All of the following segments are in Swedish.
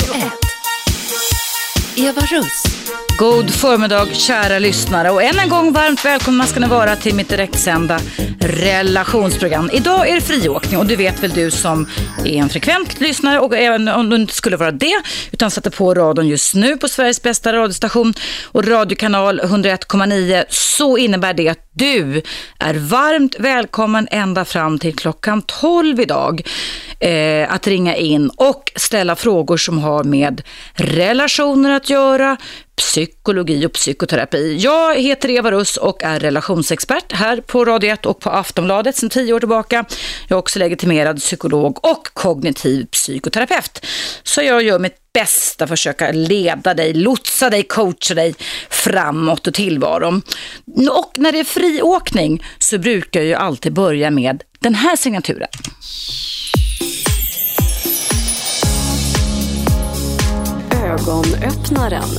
Eva Russ. God förmiddag kära lyssnare och än en gång varmt välkomna ska ni vara till mitt direktsända relationsprogram. Idag är det friåkning och du vet väl du som är en frekvent lyssnare och även om du inte skulle vara det utan sätter på radion just nu på Sveriges bästa radiostation och radiokanal 101,9 så innebär det att du är varmt välkommen ända fram till klockan 12 idag att ringa in och ställa frågor som har med relationer att göra, psykologi och psykoterapi. Jag heter Eva Russ och är relationsexpert här på Radio 1 och på Aftonbladet sedan 10 år tillbaka. Jag är också legitimerad psykolog och kognitiv psykoterapeut. Så jag gör mitt bästa för att försöka leda dig, lotsa dig, coacha dig framåt och tillvaron. Och när det är friåkning så brukar jag ju alltid börja med den här signaturen. Ögonöppnaren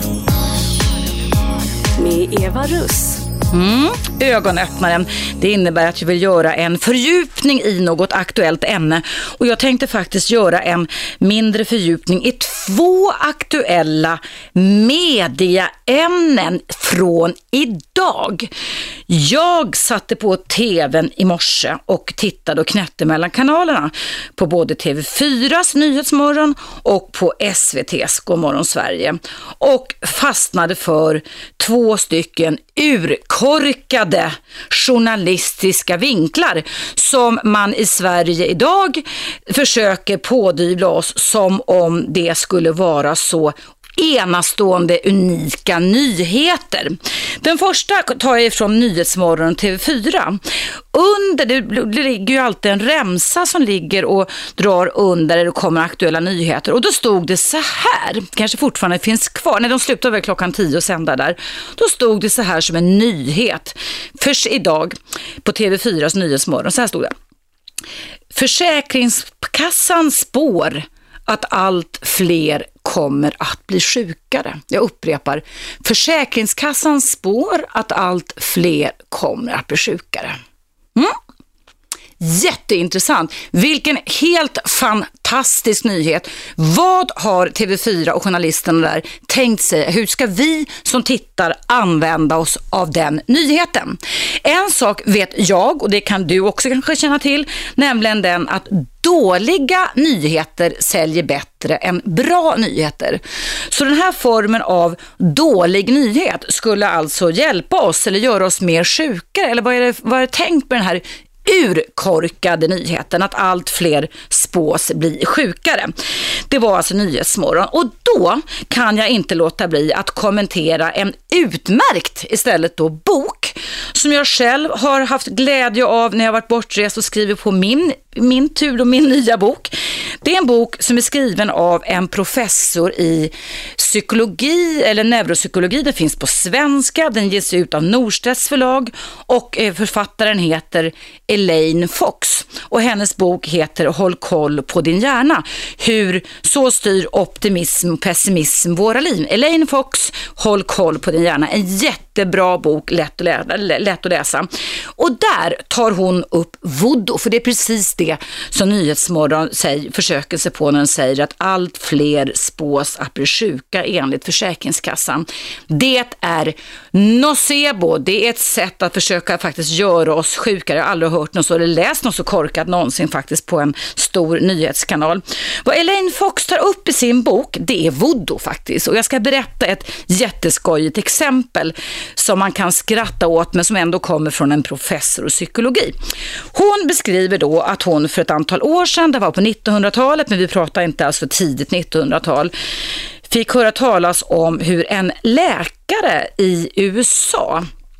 med Eva Russ. Ögonöppnaren. Det innebär att jag vill göra en fördjupning i något aktuellt ämne. Och jag tänkte faktiskt göra en mindre fördjupning i 2 aktuella mediaämnen från idag. Jag satte på tvn i morse och tittade och knäppte mellan kanalerna på både TV4s Nyhetsmorgon och på SVTs Godmorgon Sverige och fastnade för 2 stycken urkorkade journalistiska vinklar som man i Sverige idag försöker pådyvla oss som om det skulle vara så enastående, unika nyheter. Den första tar jag ifrån Nyhetsmorgon TV4. Det ligger ju alltid en remsa som ligger och drar under där det kommer aktuella nyheter. Och då stod det så här, kanske fortfarande finns kvar, när de slutar väl klockan 10 och sända där. Då stod det så här som en nyhet. För idag på TV4s Nyhetsmorgon, så här stod det. Försäkringskassan spår att allt fler kommer att bli sjukare. Jag upprepar, Försäkringskassan spår att allt fler kommer att bli sjukare. Jätteintressant. Vilken helt fantastisk nyhet. Vad har TV4 och journalisterna där tänkt sig? Hur ska vi som tittar använda oss av den nyheten? En sak vet jag, och det kan du också kanske känna till, nämligen den att dåliga nyheter säljer bättre än bra nyheter. Så den här formen av dålig nyhet skulle alltså hjälpa oss eller göra oss mer sjukare. Eller vad är det tänkt med den här urkorkade nyheten att allt fler spås bli sjukare? Det var alltså Nyhetsmorgon. Och då kan jag inte låta bli att kommentera en utmärkt istället då bok som jag själv har haft glädje av när jag varit bortrest och skrivit på min tur och min nya bok. Det är en bok som är skriven av en professor i psykologi eller neuropsykologi. Det finns på svenska. Den ges ut av Norstedts förlag och författaren heter Elaine Fox. Och hennes bok heter Håll koll på din hjärna. Hur så styr optimism och pessimism våra liv. Elaine Fox, Håll koll på din hjärna. En jättebra bok, lätt att läsa. Och där tar hon upp voodoo, för det är precis det som Nyhetsmorgon försöker sig på när den säger att allt fler spås att bli sjuka enligt Försäkringskassan. Det är nocebo, det är ett sätt att försöka faktiskt göra oss sjukare. Jag har aldrig hört något så eller läst något så korkat någonsin faktiskt på en stor nyhetskanal. Vad Elaine Fox tar upp i sin bok, det är voodoo faktiskt. Och jag ska berätta ett jätteskojigt exempel som man kan skratta åt men som ändå kommer från en professor i psykologi. Hon beskriver då att hon för ett antal år sedan, det var på 1900-talet, men vi pratar inte alltså tidigt 1900-tal, fick höra talas om hur en läkare i USA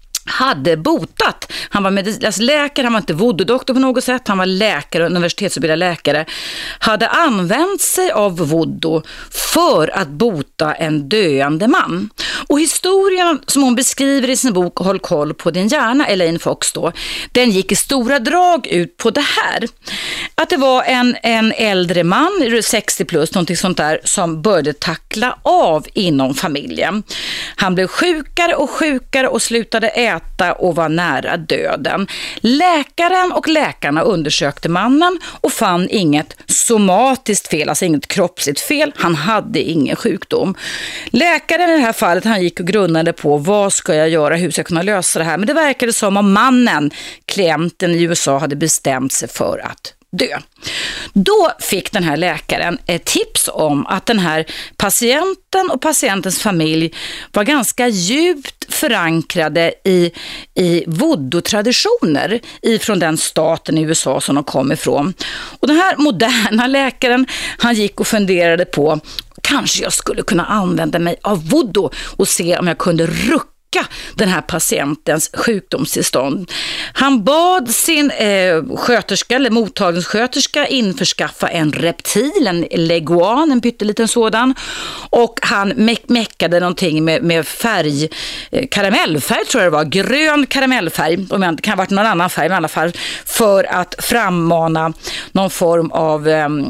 hade botat. Han var läkare, han var inte voodoo-doktor på något sätt, han var läkare, universitetsutbildad läkare, hade använt sig av voodoo för att bota en döende man. Och historien som hon beskriver i sin bok Håll koll på din hjärna, Elaine Fox då, den gick i stora drag ut på det här. Att det var en äldre man, 60 plus, någonting sånt där, som började tackla av inom familjen. Han blev sjukare och sjukare och slutade äta och var nära döden. Läkaren och läkarna undersökte mannen och fann inget somatiskt fel, alltså inget kroppsligt fel. Han hade ingen sjukdom. Läkaren i det här fallet, han gick och grunnade på vad ska jag göra, hur ska jag kunna lösa det här. Men det verkade som om mannen, klienten i USA, hade bestämt sig för att dö. Då fick den här läkaren ett tips om att den här patienten och patientens familj var ganska djupt förankrade i voodoo-traditioner ifrån den staten i USA som de kom ifrån. Och den här moderna läkaren, han gick och funderade på, kanske jag skulle kunna använda mig av voodoo och se om jag kunde rucka den här patientens sjukdomstillstånd. Han bad sin sköterska eller mottagningssköterska införskaffa en reptil, en leguan, en pytteliten sådan, och han mäckade någonting med färg, karamellfärg tror jag det var, grön karamellfärg, om det kan ha varit någon annan färg i alla fall, för att frammana någon form av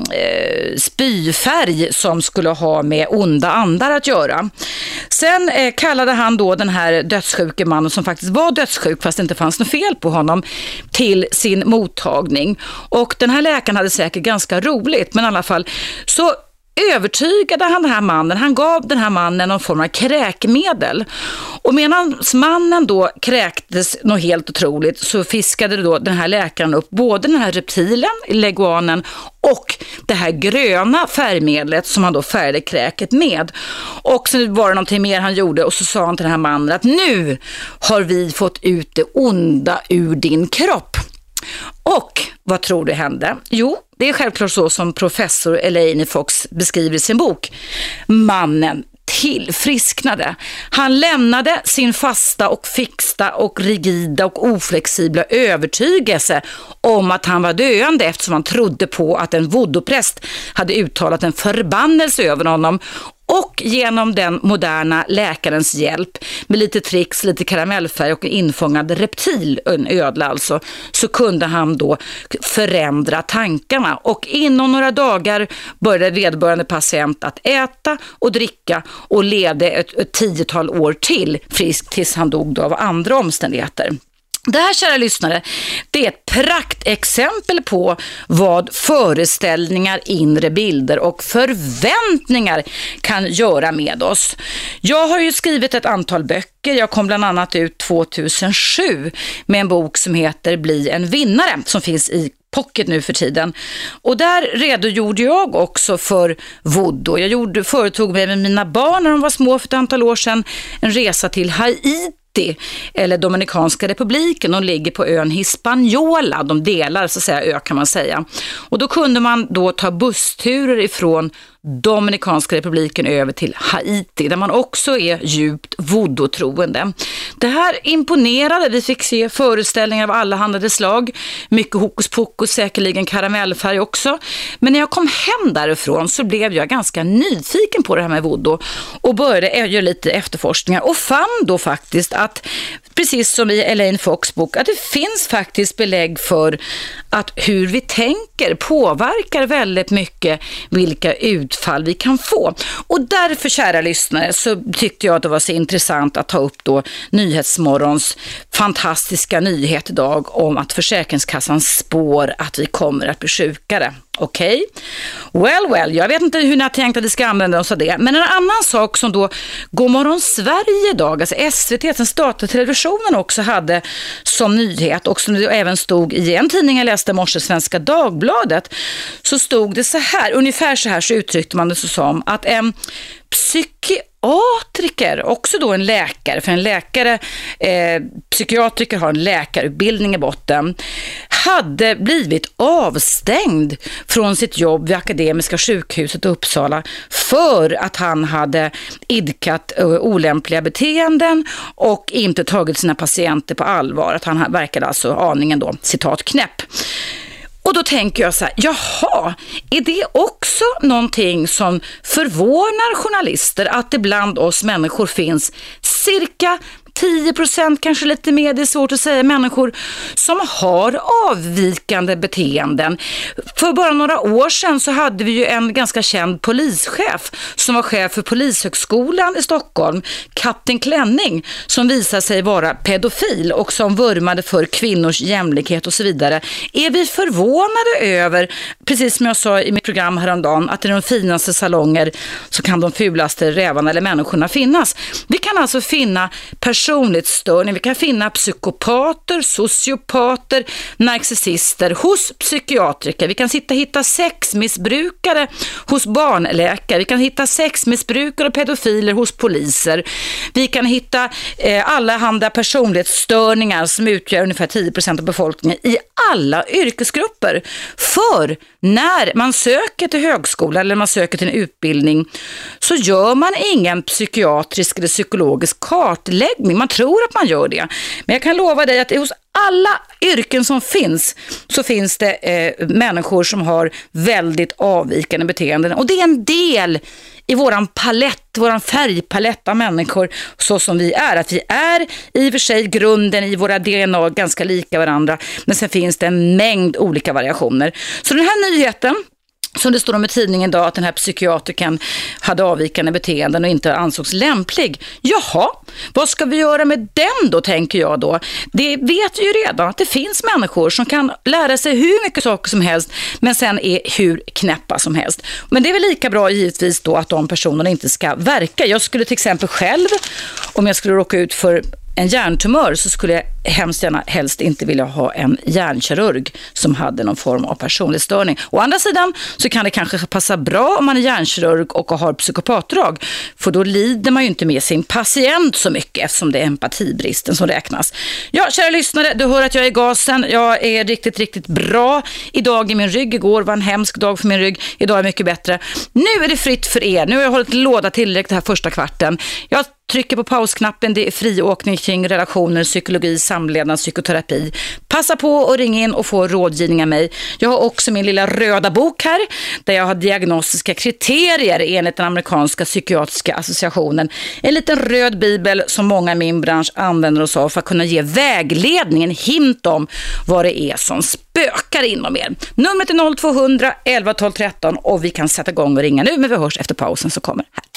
spyfärg som skulle ha med onda andar att göra. Sen kallade han då den här dödssjuke mannen, som faktiskt var dödssjuk fast det inte fanns något fel på honom, till sin mottagning. Och den här läkaren hade säkert ganska roligt, men i alla fall så övertygade han den här mannen. Han gav den här mannen någon form av kräkmedel. Och medan mannen då kräktes något helt otroligt, så fiskade då den här läkaren upp både den här reptilen, leguanen, och det här gröna färgmedlet som han då färgade kräket med. Och så var det någonting mer han gjorde, och så sa han till den här mannen att nu har vi fått ut det onda ur din kropp. Och vad tror du hände? Jo, det är självklart så som professor Elaine Fox beskriver i sin bok. Mannen tillfrisknade. Han lämnade sin fasta och fixta och rigida och oflexibla övertygelse om att han var döende, eftersom han trodde på att en voodoo-präst hade uttalat en förbannelse över honom. Och genom den moderna läkarens hjälp med lite tricks, lite karamellfärg och en infångad reptil, en ödla alltså, så kunde han då förändra tankarna. Och inom några dagar började vederbörande patient att äta och dricka och levde ett 10-tal år till friskt tills han dog då av andra omständigheter. Det här, kära lyssnare, det är ett praktexempel på vad föreställningar, inre bilder och förväntningar kan göra med oss. Jag har ju skrivit ett antal böcker. Jag kom bland annat ut 2007 med en bok som heter Bli en vinnare, som finns i pocket nu för tiden. Och där redogjorde jag också för voodoo. Jag företog mig med mina barn när de var små för ett antal år sedan en resa till Haiti, eller Dominikanska republiken. De ligger på ön Hispaniola. De delar så att säga ö, kan man säga. Och då kunde man då ta bussturer ifrån Dominikanska republiken över till Haiti, där man också är djupt voodoo-troende. Det här imponerade. Vi fick se föreställningar av alla handlade slag. Mycket hokus pokus, säkerligen karamellfärg också. Men när jag kom hem därifrån så blev jag ganska nyfiken på det här med voodoo och började göra lite efterforskningar och fann då faktiskt att, precis som i Elaine Fox bok, att det finns faktiskt belägg för att hur vi tänker påverkar väldigt mycket vilka utfall vi kan få. Och därför, kära lyssnare, så tyckte jag att det var så intressant att ta upp då Nyhetsmorgons fantastiska nyhet idag om att Försäkringskassan spår att vi kommer att bli sjukare. Okej. Well, jag vet inte hur ni har tänkt att vi ska använda oss av det. Men en annan sak som då Godmorgon Sverige idag, alltså SVT, den statliga televisionen, också hade som nyhet, och som det även stod i en tidning jag läste i morse, Svenska Dagbladet, så stod det så här, ungefär så här så uttryckte man det så som att en psykiatriker, också då en läkare, för en läkare, psykiatriker har en läkarutbildning i botten, hade blivit avstängd från sitt jobb vid Akademiska sjukhuset i Uppsala för att han hade idkat olämpliga beteenden och inte tagit sina patienter på allvar. Att han verkade alltså aningen då, citat, knäpp. Och då tänker jag så här, jaha, är det också någonting som förvånar journalister, att det bland oss människor finns cirka 10%, kanske lite mer, det är svårt att säga, människor som har avvikande beteenden. För bara några år sedan så hade vi ju en ganska känd polischef som var chef för Polishögskolan i Stockholm, Kapten Klänning, som visade sig vara pedofil och som vurmade för kvinnors jämlikhet och så vidare. Är vi förvånade över, precis som jag sa i mitt program häromdagen, att i de finaste salonger så kan de fulaste rävarna eller människorna finnas? Vi kan alltså finna personlighetsstörning, vi kan finna psykopater, sociopater, narcissister hos psykiatriker. Vi kan hitta sexmissbrukare hos barnläkare. Vi kan hitta sexmissbrukare och pedofiler hos poliser. Vi kan hitta allehanda personlighetsstörningar som utgör ungefär 10% av befolkningen i alla yrkesgrupper. För när man söker till högskola eller man söker till en utbildning så gör man ingen psykiatrisk eller psykologisk kartläggning. Man tror att man gör det. Men jag kan lova dig att hos alla yrken som finns så finns det människor som har väldigt avvikande beteenden. Och det är en del i våran färgpalett av människor så som vi är. Att vi är i och för sig grunden i våra DNA ganska lika varandra. Men sen finns det en mängd olika variationer. Så den här nyheten, som det står om i tidningen idag, att den här psykiatriken hade avvikande beteenden och inte ansågs lämplig. Jaha, vad ska vi göra med den då, tänker jag då? Det vet ju redan att det finns människor som kan lära sig hur mycket saker som helst men sen är hur knäppa som helst. Men det är väl lika bra givetvis då att de personerna inte ska verka. Jag skulle till exempel själv, om jag skulle råka ut för en hjärntumör, så skulle jag hemskt gärna helst inte vilja ha en hjärnkirurg som hade någon form av personlighetsstörning. Å andra sidan så kan det kanske passa bra om man är hjärnkirurg och har psykopatdrag, för då lider man ju inte med sin patient så mycket eftersom det är empatibristen som räknas. Ja, kära lyssnare, du hör att jag är i gasen. Jag är riktigt, riktigt bra idag i min rygg. Igår var en hemsk dag för min rygg. Idag är mycket bättre. Nu är det fritt för er. Nu har jag hållit låda tillräckligt här första kvarten. Jag trycker på pausknappen, det är friåkning kring relationer, psykologi, samlevnad, psykoterapi. Passa på och ring in och få rådgivning av mig. Jag har också min lilla röda bok här där jag har diagnostiska kriterier enligt den amerikanska psykiatriska associationen. En liten röd bibel som många i min bransch använder oss av för att kunna ge vägledning, en hint om vad det är som spökar inom er. Numret är 0200 11 12 13 och vi kan sätta igång och ringa nu, men vi hörs efter pausen så kommer här.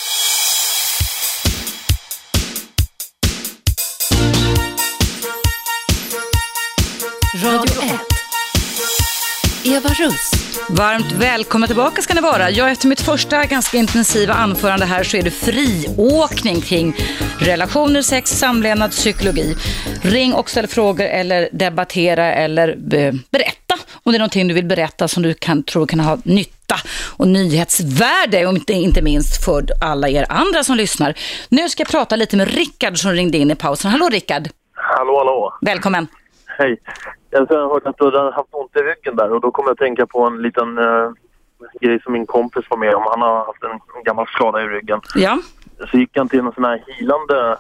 Radio 1. Eva Russ. Varmt välkomna tillbaka ska ni vara. Jag, efter mitt första ganska intensiva anförande här, så är det friåkning kring relationer, sex, samlevnad, psykologi. Ring och ställ frågor eller debattera eller berätta om det är någonting du vill berätta som du tror kan ha nytta och nyhetsvärde, och inte minst för alla er andra som lyssnar. Nu ska jag prata lite med Rickard som ringde in i pausen. Hallå Rickard. Hallå. Välkommen. Hej. Jag har hört att du har haft ont i ryggen där, och då kommer jag att tänka på en liten grej som min kompis var med om. Han har haft en gammal skada i ryggen. Ja. Så gick han till en sån här healande...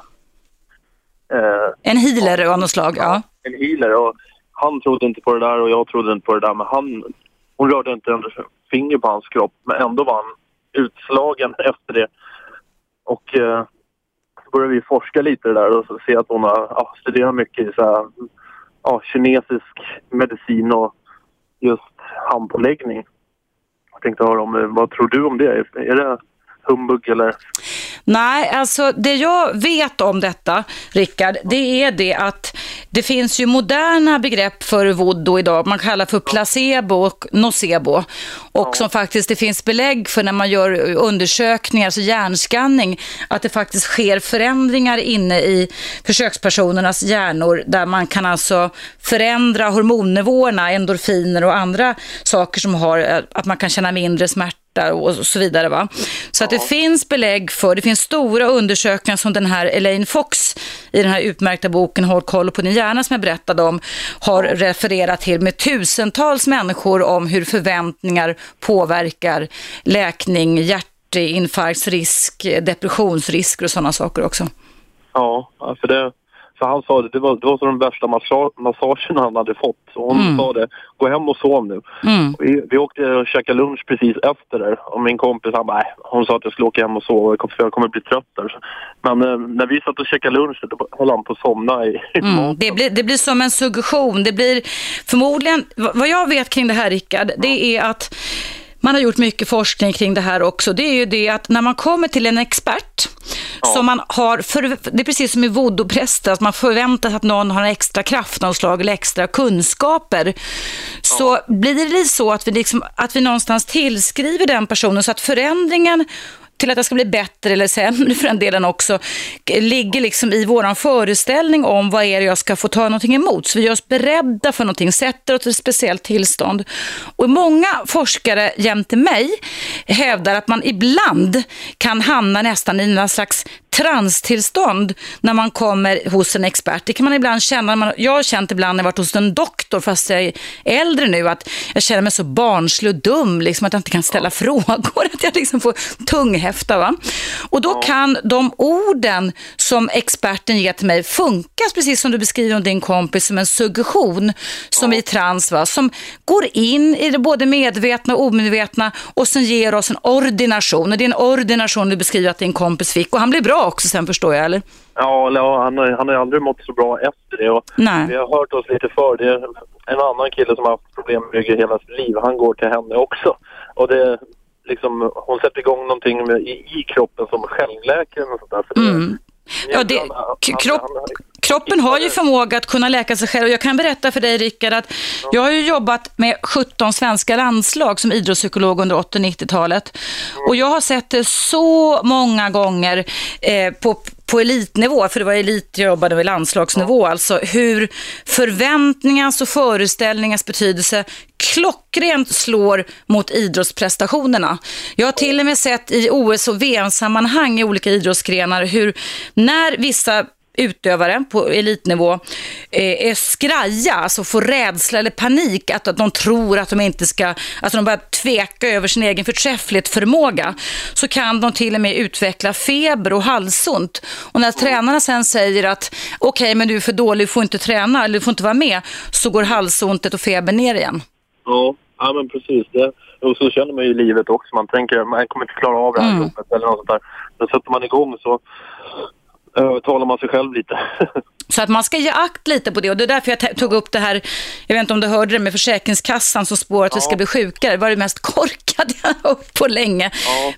en healer av något slag, ja. En healer, och han trodde inte på det där och jag trodde inte på det där. Men hon rörde inte en finger på hans kropp, men ändå var han utslagen efter det. Och så började vi forska lite där och så se att hon har studerat mycket i så här... kinesisk medicin och just handpåläggning. Jag tänkte höra om, vad tror du om det? Är det humbug eller? Nej, alltså det jag vet om detta, Rickard, det är det att det finns ju moderna begrepp för voodoo idag. Man kallar för placebo och nocebo. Och som faktiskt det finns belägg för när man gör undersökningar, alltså hjärnskanning, att det faktiskt sker förändringar inne i försökspersonernas hjärnor där man kan alltså förändra hormonnivåerna, endorfiner och andra saker som har att man kan känna mindre smärta och så vidare, va? Så att det finns belägg för, det finns stora undersökningar som den här Elaine Fox i den här utmärkta boken Håll koll på din hjärna som jag berättade om har refererat till med tusentals människor om hur förväntningar påverkar läkning, hjärtinfarktsrisk, depressionsrisker och sådana saker också. Ja, för För han sa det var så de värsta massagerna han hade fått. Så hon sa det, gå hem och sov nu. Vi åkte och käkade lunch precis efter det. Och min kompis, hon sa att jag skulle åka hem och sova. Jag kommer bli trött där. Men när vi satt och käkade lunch, då höll han på att somna i det blir som en suggestion. Det blir förmodligen, vad jag vet kring det här, Rickard, det är att man har gjort mycket forskning kring det här också. Det är ju det att när man kommer till en expert som man har, det är precis som i voodoo-präster, att man förväntar sig att någon har en extra kraft, någon slag eller extra kunskaper, så blir det så att vi någonstans tillskriver den personen så att förändringen till att det ska bli bättre eller sämre för den delen också ligger liksom i våran föreställning om vad är det jag ska få ta någonting emot. Så vi gör oss beredda för någonting, sätter oss i ett speciellt tillstånd. Och många forskare jämte mig hävdar att man ibland kan hamna nästan i någon slags transtillstånd när man kommer hos en expert. Det kan man ibland känna, jag har känt ibland när jag varit hos en doktor fast jag är äldre nu, att jag känner mig så barnslig och dum, liksom att jag inte kan ställa frågor, att jag liksom får tunghäfta, va? Och då kan de orden som experten ger till mig funka, precis som du beskriver om din kompis, som en suggestion som i trans, va? Som går in i det både medvetna och omedvetna och sen ger oss en ordination. Och det är en ordination du beskriver att din kompis fick, och han blir bra också sen, förstår jag, eller? Ja, han har aldrig mått så bra efter det. Och vi har hört oss lite för. Det är en annan kille som har haft problem med ryggen hela sitt liv. Han går till henne också. Och det är liksom, hon sätter igång någonting i kroppen som självläkare och sånt där. Kroppen har ju förmåga att kunna läka sig själv. Och jag kan berätta för dig, Rickard, att jag har ju jobbat med 17 svenska landslag som idrottspsykolog under 80-90-talet. Och jag har sett det så många gånger på elitnivå, för det var elit jag jobbade med, landslagsnivå, alltså hur förväntningens och föreställningens betydelse klockrent slår mot idrottsprestationerna. Jag har till och med sett i OS- och VM-sammanhang i olika idrottsgrenar hur när vissa utövare på elitnivå är skraja, alltså får rädsla eller panik, att de tror att de inte ska, att de börjar tveka över sin egen förträfflighet förmåga, så kan de till och med utveckla feber och halsont. Och när tränarna sen säger att okej, men du är för dålig, du får inte träna eller du får inte vara med, så går halsontet och feber ner igen. Ja, men precis det. Och så känner man ju i livet också. Man tänker, man kommer inte klara av det här jobbet eller något sånt där. Då sätter man igång så talar man sig själv lite. Så att man ska ge akt lite på det. Och det är därför jag tog upp det här, jag vet inte om du hörde det, med Försäkringskassan som spår att vi ska bli sjukare. Det var det mest korkade jag har hört på länge.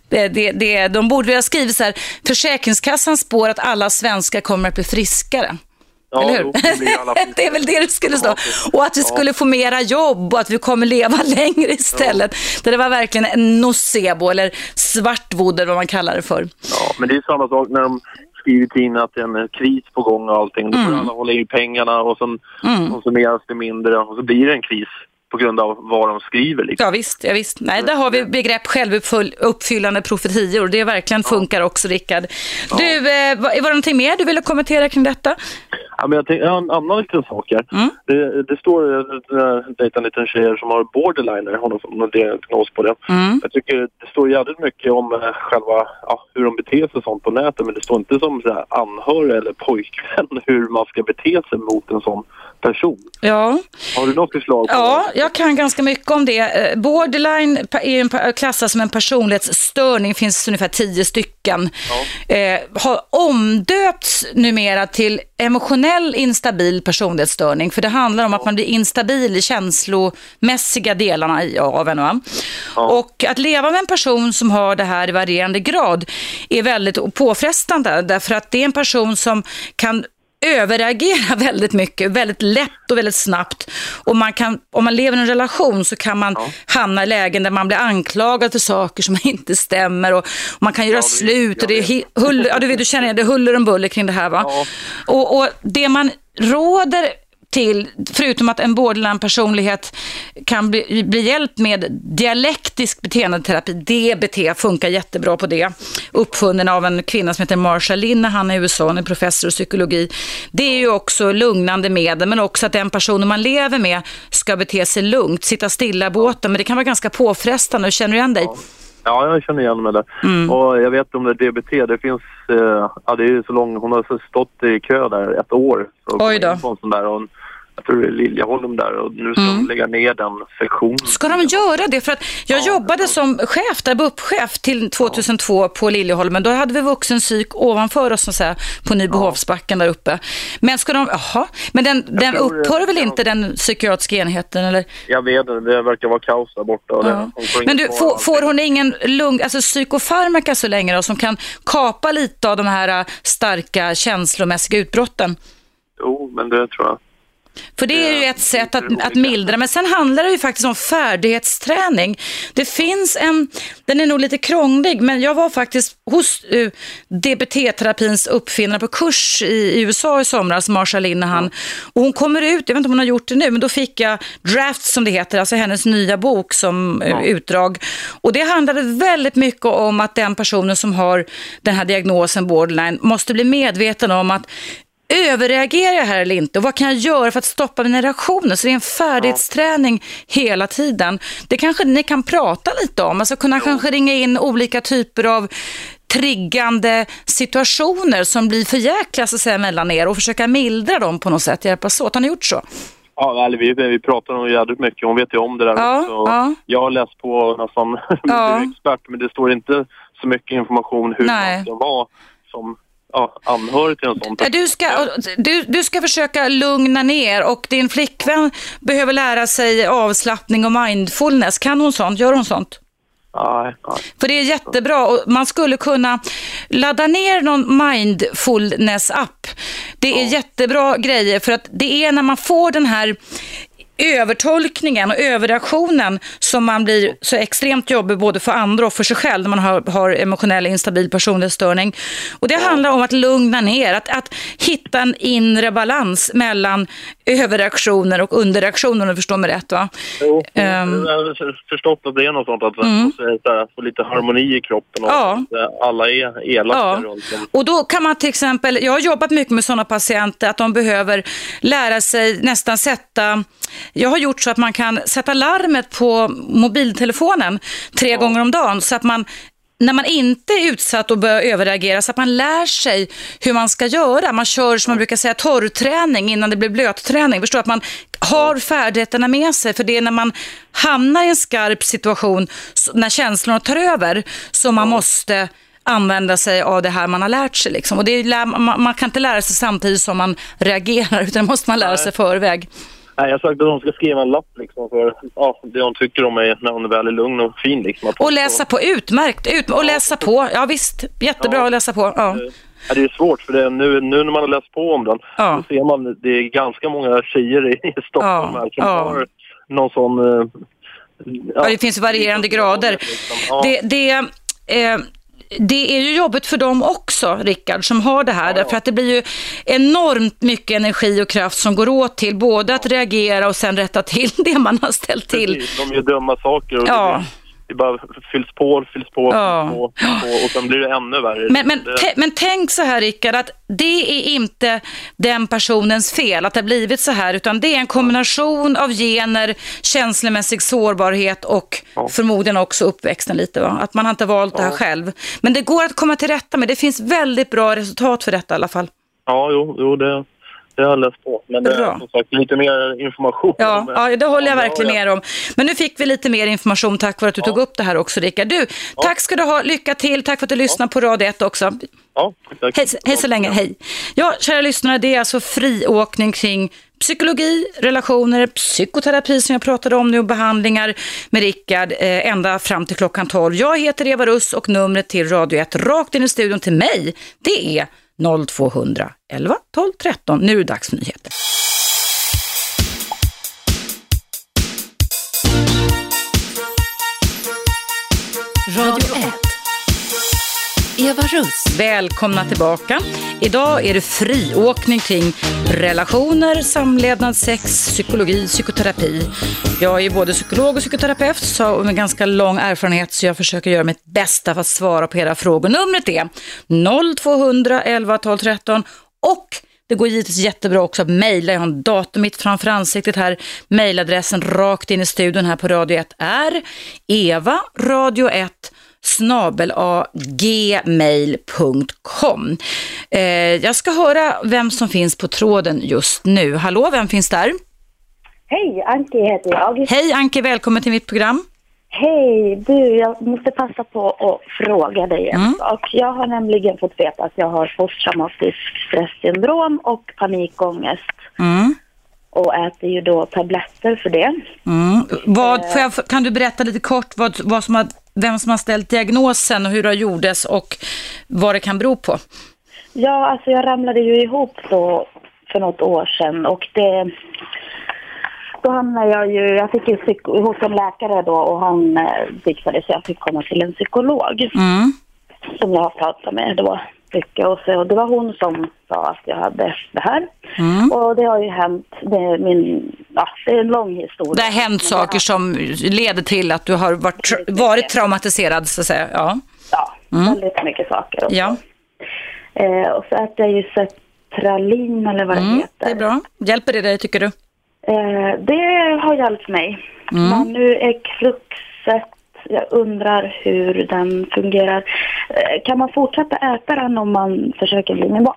De borde väl ha skrivit så här: Försäkringskassan spår att alla svenskar kommer att bli friskare. Eller hur? Det är väl det skulle stå. Och att vi skulle få mera jobb och att vi kommer leva längre istället. Det var verkligen en nocebo eller svartvod, vad man kallar det för. Ja, men det är samma sak när de skrivit in att det är en kris på gång och allting. Då får alla hålla i pengarna och så summeras det mindre och så blir det en kris på grund av vad de skriver. Liksom. Ja visst. Nej, där har vi begrepp självuppfyllande profetior. Det verkligen funkar också, Rickard. Du, var det någonting mer du ville kommentera kring detta? Ja, men jag tänkte en annan liten sak här. Det står en liten tjej som har borderline, har någon diagnos på det. Jag tycker det står jävligt mycket om själva hur de beter sig och sånt på nätet, men det står inte som så här, anhörig eller pojkvän hur man ska bete sig mot en sån person. Ja. Har du något förslag på det? Jag kan ganska mycket om det. Borderline är klassas som en personlighetsstörning, finns ungefär 10 stycken. Har omdöpts numera till emotionell instabil personlighetsstörning, för det handlar om att man blir instabil i känslomässiga delarna av en. Va? Och att leva med en person som har det här i varierande grad är väldigt påfrestande, därför att det är en person som kan överreagera väldigt mycket, väldigt lätt och väldigt snabbt. Och om man lever i en relation så kan man hamna i lägen där man blir anklagad för saker som inte stämmer, och man kan göra slut och det är du känner det huller och buller kring det här, va? Och det man råder till, förutom att en borderline-personlighet kan bli hjälpt med dialektisk beteendeterapi, DBT funkar jättebra på det, uppfunnen av en kvinna som heter Marsha Lynn, han är i USA, han är professor i psykologi. Det är ju också lugnande medel, men också att den personen man lever med ska bete sig lugnt, sitta stilla i båten, men det kan vara ganska påfrestande. Känner du igen dig? Ja, jag känner igen mig där. Och jag vet om det är DBT. Det finns, det är ju så långt. Hon har stått i kö där 1 år. Oj då. På en sån där, och jag tror det är Liljeholm där, och nu ska de lägga ner den sektionen. Ska de göra det? För att jag jobbade som chef där, BUP-chef till 2002 på Liljeholmen. Då hade vi vuxenpsyk ovanför oss, så att säga, på Nybehovsbacken där uppe. Men ska de, men den upphör väl inte, den psykiatriska enheten, eller? Jag vet det verkar vara kaos där borta. Och men du, får hon ingen psykofarmaka så länge då, som kan kapa lite av de här starka känslomässiga utbrotten? Jo, men det tror jag. För det är ju ett sätt att mildra. Men sen handlar det ju faktiskt om färdighetsträning. Det finns den är nog lite krånglig, men jag var faktiskt hos DBT-terapins uppfinnare på kurs i USA i somras, Marshall Linehan. Och hon kommer ut, jag vet inte om hon har gjort det nu, men då fick jag Draft, som det heter, alltså hennes nya bok som utdrag. Och det handlade väldigt mycket om att den personen som har den här diagnosen borderline måste bli medveten om att överreagerar jag här eller inte? Och vad kan jag göra för att stoppa mina reaktioner? Så det är en färdighetsträning hela tiden. Det kanske ni kan prata lite om. Alltså kunna kanske ringa in olika typer av triggande situationer som blir för jäkla, så att säga, mellan er, och försöka mildra dem på något sätt. Hjälpas åt. Har ni gjort så? Ja, vi pratar om jävligt mycket. Hon vet ju om det där också. Ja. Jag har läst på nästan du är expert, men det står inte så mycket information hur man ska vara som anhörig till en sån. Du ska försöka lugna ner, och din flickvän behöver lära sig avslappning och mindfulness. Kan hon sånt? Gör hon sånt? Nej. För det är jättebra, och man skulle kunna ladda ner någon mindfulness-app. Det är jättebra grejer, för att det är när man får den här övertolkningen och överreaktionen som man blir så extremt jobbig både för andra och för sig själv när man har emotionell instabil personlighetsstörning. Och det handlar om att lugna ner, att hitta en inre balans mellan överreaktioner och underreaktioner, om du förstår mig rätt, va? Jo, jag har förstått att det är något sånt, att få lite harmoni i kroppen och att alla är elaka runt om. Och då kan man till exempel, jag har jobbat mycket med sådana patienter, att de behöver lära sig nästan jag har gjort så att man kan sätta larmet på mobiltelefonen 3 gånger om dagen, så att man, när man inte är utsatt och börjar överreagera, så att man lär sig hur man ska göra. Man kör, som man brukar säga, torrträning innan det blir blötträning. Förstår att man har färdigheterna med sig, för det är när man hamnar i en skarp situation, när känslorna tar över, så man måste använda sig av det här man har lärt sig. Liksom. Och man kan inte lära sig samtidigt som man reagerar, utan det måste man lära sig förväg. Nej, jag sa att de ska skriva en lapp liksom, för det de tycker om mig när hon är väldigt lugn och fin. Liksom, och läsa på, utmärkt. Och läsa på, ja visst, jättebra att läsa på. Ja. Det är svårt, för nu när man har läst på om den, så ser man det är ganska många tjejer i Stockholm här som har någon sån... det finns varierande grader. Liksom. Det är ju jobbigt för dem också, Rickard, som har det här. Därför att det blir ju enormt mycket energi och kraft som går åt till både att reagera och sen rätta till det man har ställt till. Precis, de gör dumma saker och det bara fylls på och sen blir det ännu värre. Men tänk så här, Rickard, att det är inte den personens fel att det har blivit så här, utan det är en kombination av gener, känslomässig sårbarhet och förmodligen också uppväxten lite, va? Att man har inte valt det här själv. Men det går att komma till rätta med. Det finns väldigt bra resultat för detta i alla fall. Ja, jo, det har jag läst på. Men det är som sagt lite mer information. Ja, det håller jag verkligen med om. Men nu fick vi lite mer information tack vare att du tog upp det här också, Rickard. Tack ska du ha. Lycka till. Tack för att du lyssnar på Radio 1 också. Ja, tack. Hej så länge. Hej. Ja, kära lyssnare, det är alltså friåkning kring psykologi, relationer, psykoterapi som jag pratade om nu och behandlingar med Rickard ända fram till klockan 12. Jag heter Eva Russ och numret till Radio 1 rakt in i studion till mig, det är 0200 11 12 13. Nu är det dags för nyheter. Radio 1. Eva Russ. Välkomna tillbaka. Idag är det friåkning kring relationer, samlevnad, sex, psykologi, psykoterapi. Jag är både psykolog och psykoterapeut så med ganska lång erfarenhet, så jag försöker göra mitt bästa för att svara på era frågor. Numret är 0200 11 12 13 och det går givetvis jättebra också att mejla. Jag har en datum mitt framför ansiktet här. Mejladressen rakt in i studion här på Radio 1 är evaradio1 @gmail.com. Jag ska höra vem som finns på tråden just nu. Hallå, vem finns där? Hej, Anke heter jag. Hej Anke, välkommen till mitt program. Hej, du, jag måste passa på att fråga dig en sak. Jag har nämligen fått veta att jag har posttraumatisk stresssyndrom och panikångest. Och äter ju då tabletter för det. Kan du berätta lite kort vem som har ställt diagnosen och hur det gjordes och vad det kan bero på? Ja, alltså jag ramlade ju ihop då för något år sedan och då hamnade jag fick ju hos en läkare då och han fixade så jag fick komma till en psykolog som jag har pratat med då mycket och det var hon som sa att jag hade det här och det har ju hänt, det är en lång historia. Det har hänt saker som leder till att du har varit traumatiserad så att säga, väldigt mycket saker och och så att jag ju Sertralin eller vad det heter. Det är bra, hjälper det dig tycker du? Det har hjälpt mig. Men nu Equluxet, jag undrar hur den fungerar. Kan man fortsätta äta den om man försöker bli med barn?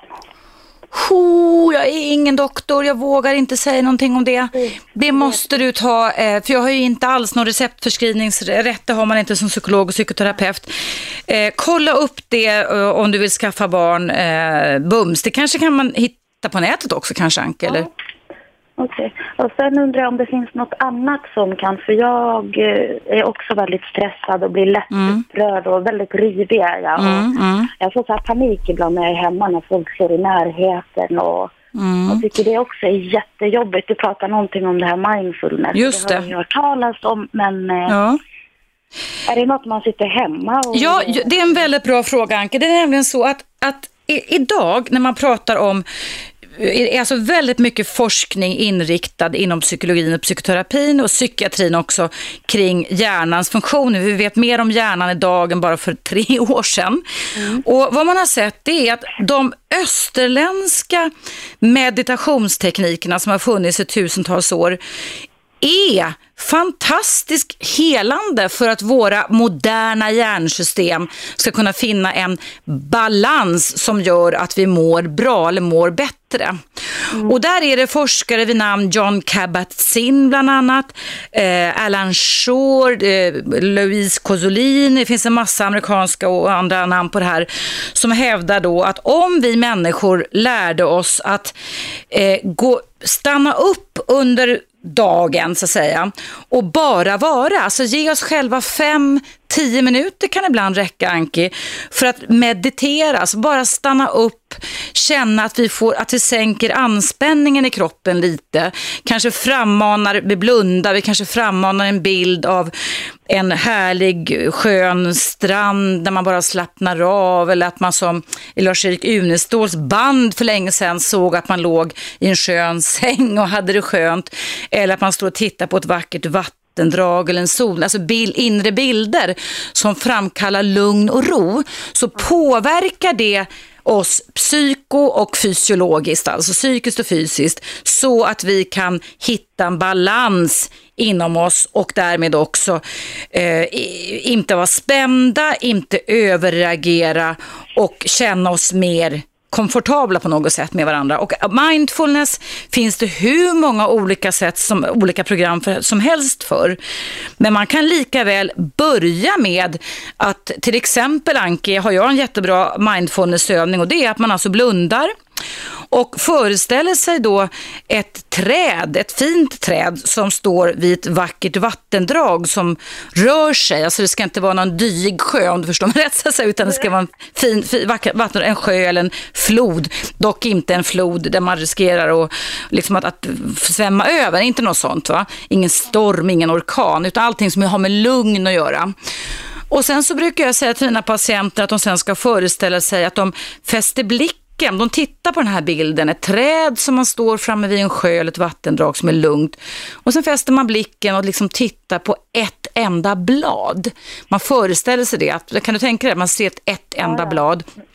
Jag är ingen doktor, jag vågar inte säga någonting om det. Det måste du ta, för jag har ju inte alls någon receptförskrivningsrätt, det har man inte som psykolog och psykoterapeut. Kolla upp det om du vill skaffa barn bums. Det kanske kan man hitta på nätet också kanske, Anke, eller? Okej. Och sen undrar jag om det finns något annat som kan, för jag är också väldigt stressad och blir lätt upprörd och väldigt rivig är jag. Jag får så här panik ibland när jag är hemma när folk står i närheten och jag tycker det också är jättejobbigt. Du pratar någonting om det här mindfulness. Just det. Det har jag hört talas om, men är det något man sitter hemma? Ja, det är en väldigt bra fråga, Anke. Det är nämligen så att idag när man pratar om är alltså väldigt mycket forskning inriktad inom psykologin och psykoterapin och psykiatrin också kring hjärnans funktioner. Vi vet mer om hjärnan idag än bara för 3 år sedan. Och vad man har sett det är att de österländska meditationsteknikerna som har funnits i tusentals år är fantastiskt helande för att våra moderna hjärnsystem ska kunna finna en balans som gör att vi mår bra eller mår bättre. Och där är det forskare vid namn John Kabat-Zinn bland annat, Alan Shore, Louise Cozzolini, det finns en massa amerikanska och andra namn på det här som hävdar då att om vi människor lärde oss att stanna upp under dagen så att säga och bara vara, alltså ge oss själva 5-10 minuter kan ibland räcka, Anki, för att meditera, alltså bara stanna upp, känna att vi sänker anspänningen i kroppen lite, kanske vi blundar, vi kanske frammanar en bild av en härlig skön strand där man bara slappnar av, eller att man som i Lars-Erik Uneståls band för länge sedan såg att man låg i en skön säng och hade det skönt, eller att man står och tittar på ett vackert vattendrag eller en sol, alltså inre bilder som framkallar lugn och ro, så påverkar det oss psyko- och fysiologiskt, alltså psykiskt och fysiskt, så att vi kan hitta en balans inom oss och därmed också inte vara spända, inte överreagera och känna oss mer komfortabla på något sätt med varandra. Och mindfulness finns det hur många olika sätt som olika program som helst för. Men man kan lika väl börja med att till exempel, Anke, har jag en jättebra mindfulnessövning, och det är att man alltså blundar och föreställer sig då ett fint träd som står vid ett vackert vattendrag som rör sig. Alltså det ska inte vara någon dyg sjö, om du förstår mig rätt, utan det ska vara en fin vacker vatten, en sjö eller en flod. Dock inte en flod där man riskerar att svämma över, inte något sånt, va? Ingen storm, ingen orkan, utan allting som har med lugn att göra. Och sen så brukar jag säga till mina patienter att de sen ska föreställa sig att de fäster blick. De tittar på den här bilden, ett träd som man står framme vid en sjö eller ett vattendrag som är lugnt. Och sen fäster man blicken och liksom tittar på ett enda blad. Man föreställer sig det. Kan du tänka dig att man ser ett enda blad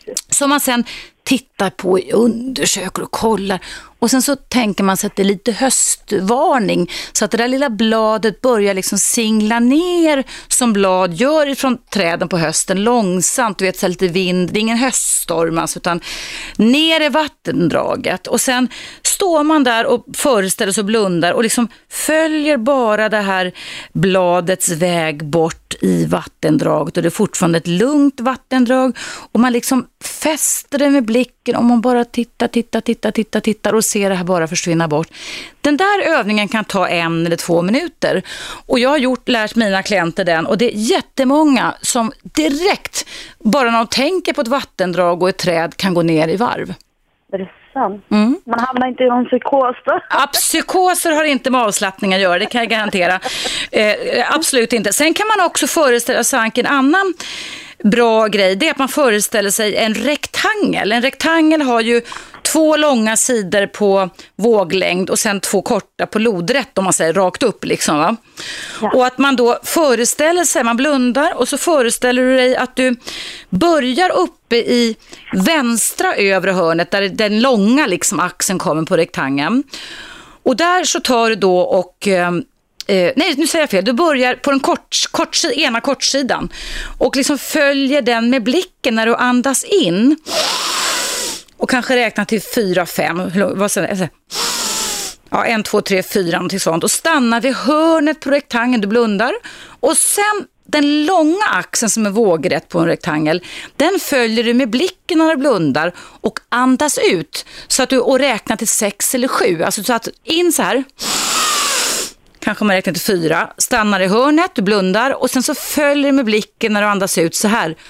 som man sen tittar på, undersöker och kollar. Och sen så tänker man sig att det är lite höstvarning, så att det där lilla bladet börjar liksom singla ner som blad gör ifrån träden på hösten långsamt. Du vet, så lite vind, det är ingen höststorm alltså, utan ner i vattendraget. Och sen står man där och föreställer sig och blundar och liksom följer bara det här bladets väg bort i vattendraget, och det är fortfarande ett lugnt vattendrag, och man liksom fäster det med blicken, om man bara tittar och ser det här bara försvinna bort. Den där övningen kan ta 1 eller 2 minuter, och jag har lärt mina klienter den, och det är jättemånga som direkt, bara när de tänker på ett vattendrag och ett träd, kan gå ner i varv. Är det sant? Man hamnar inte i någon psykos då? Psykoser har inte med avslappning att göra, det kan jag garantera. Absolut inte. Sen kan man också föreställa sig en annan bra grej, det är att man föreställer sig en rektangel. En rektangel har ju 2 långa sidor på våglängd och sen 2 korta på lodrätt, om man säger rakt upp liksom, va? Ja. Och att man då föreställer sig, man blundar och så föreställer du dig att du börjar uppe i vänstra övre hörnet där den långa liksom axeln kommer på rektangeln. Och där så tar du då och nej, nu säger jag fel. Du börjar på den ena kortsidan och liksom följer den med blicken när du andas in. Och kanske räkna till 4, 5. Vad säger jag? Ja, 1, 2, 3, 4, någonting sånt. Och stannar vid hörnet på rektangeln, du blundar. Och sen den långa axeln som är vågrätt på en rektangel, den följer du med blicken när du blundar och andas ut. Så att du och räknar till 6 eller 7. Alltså så att in så här. Kanske man räknar till 4. Stannar i hörnet, du blundar. Och sen så följer du med blicken när du andas ut så här.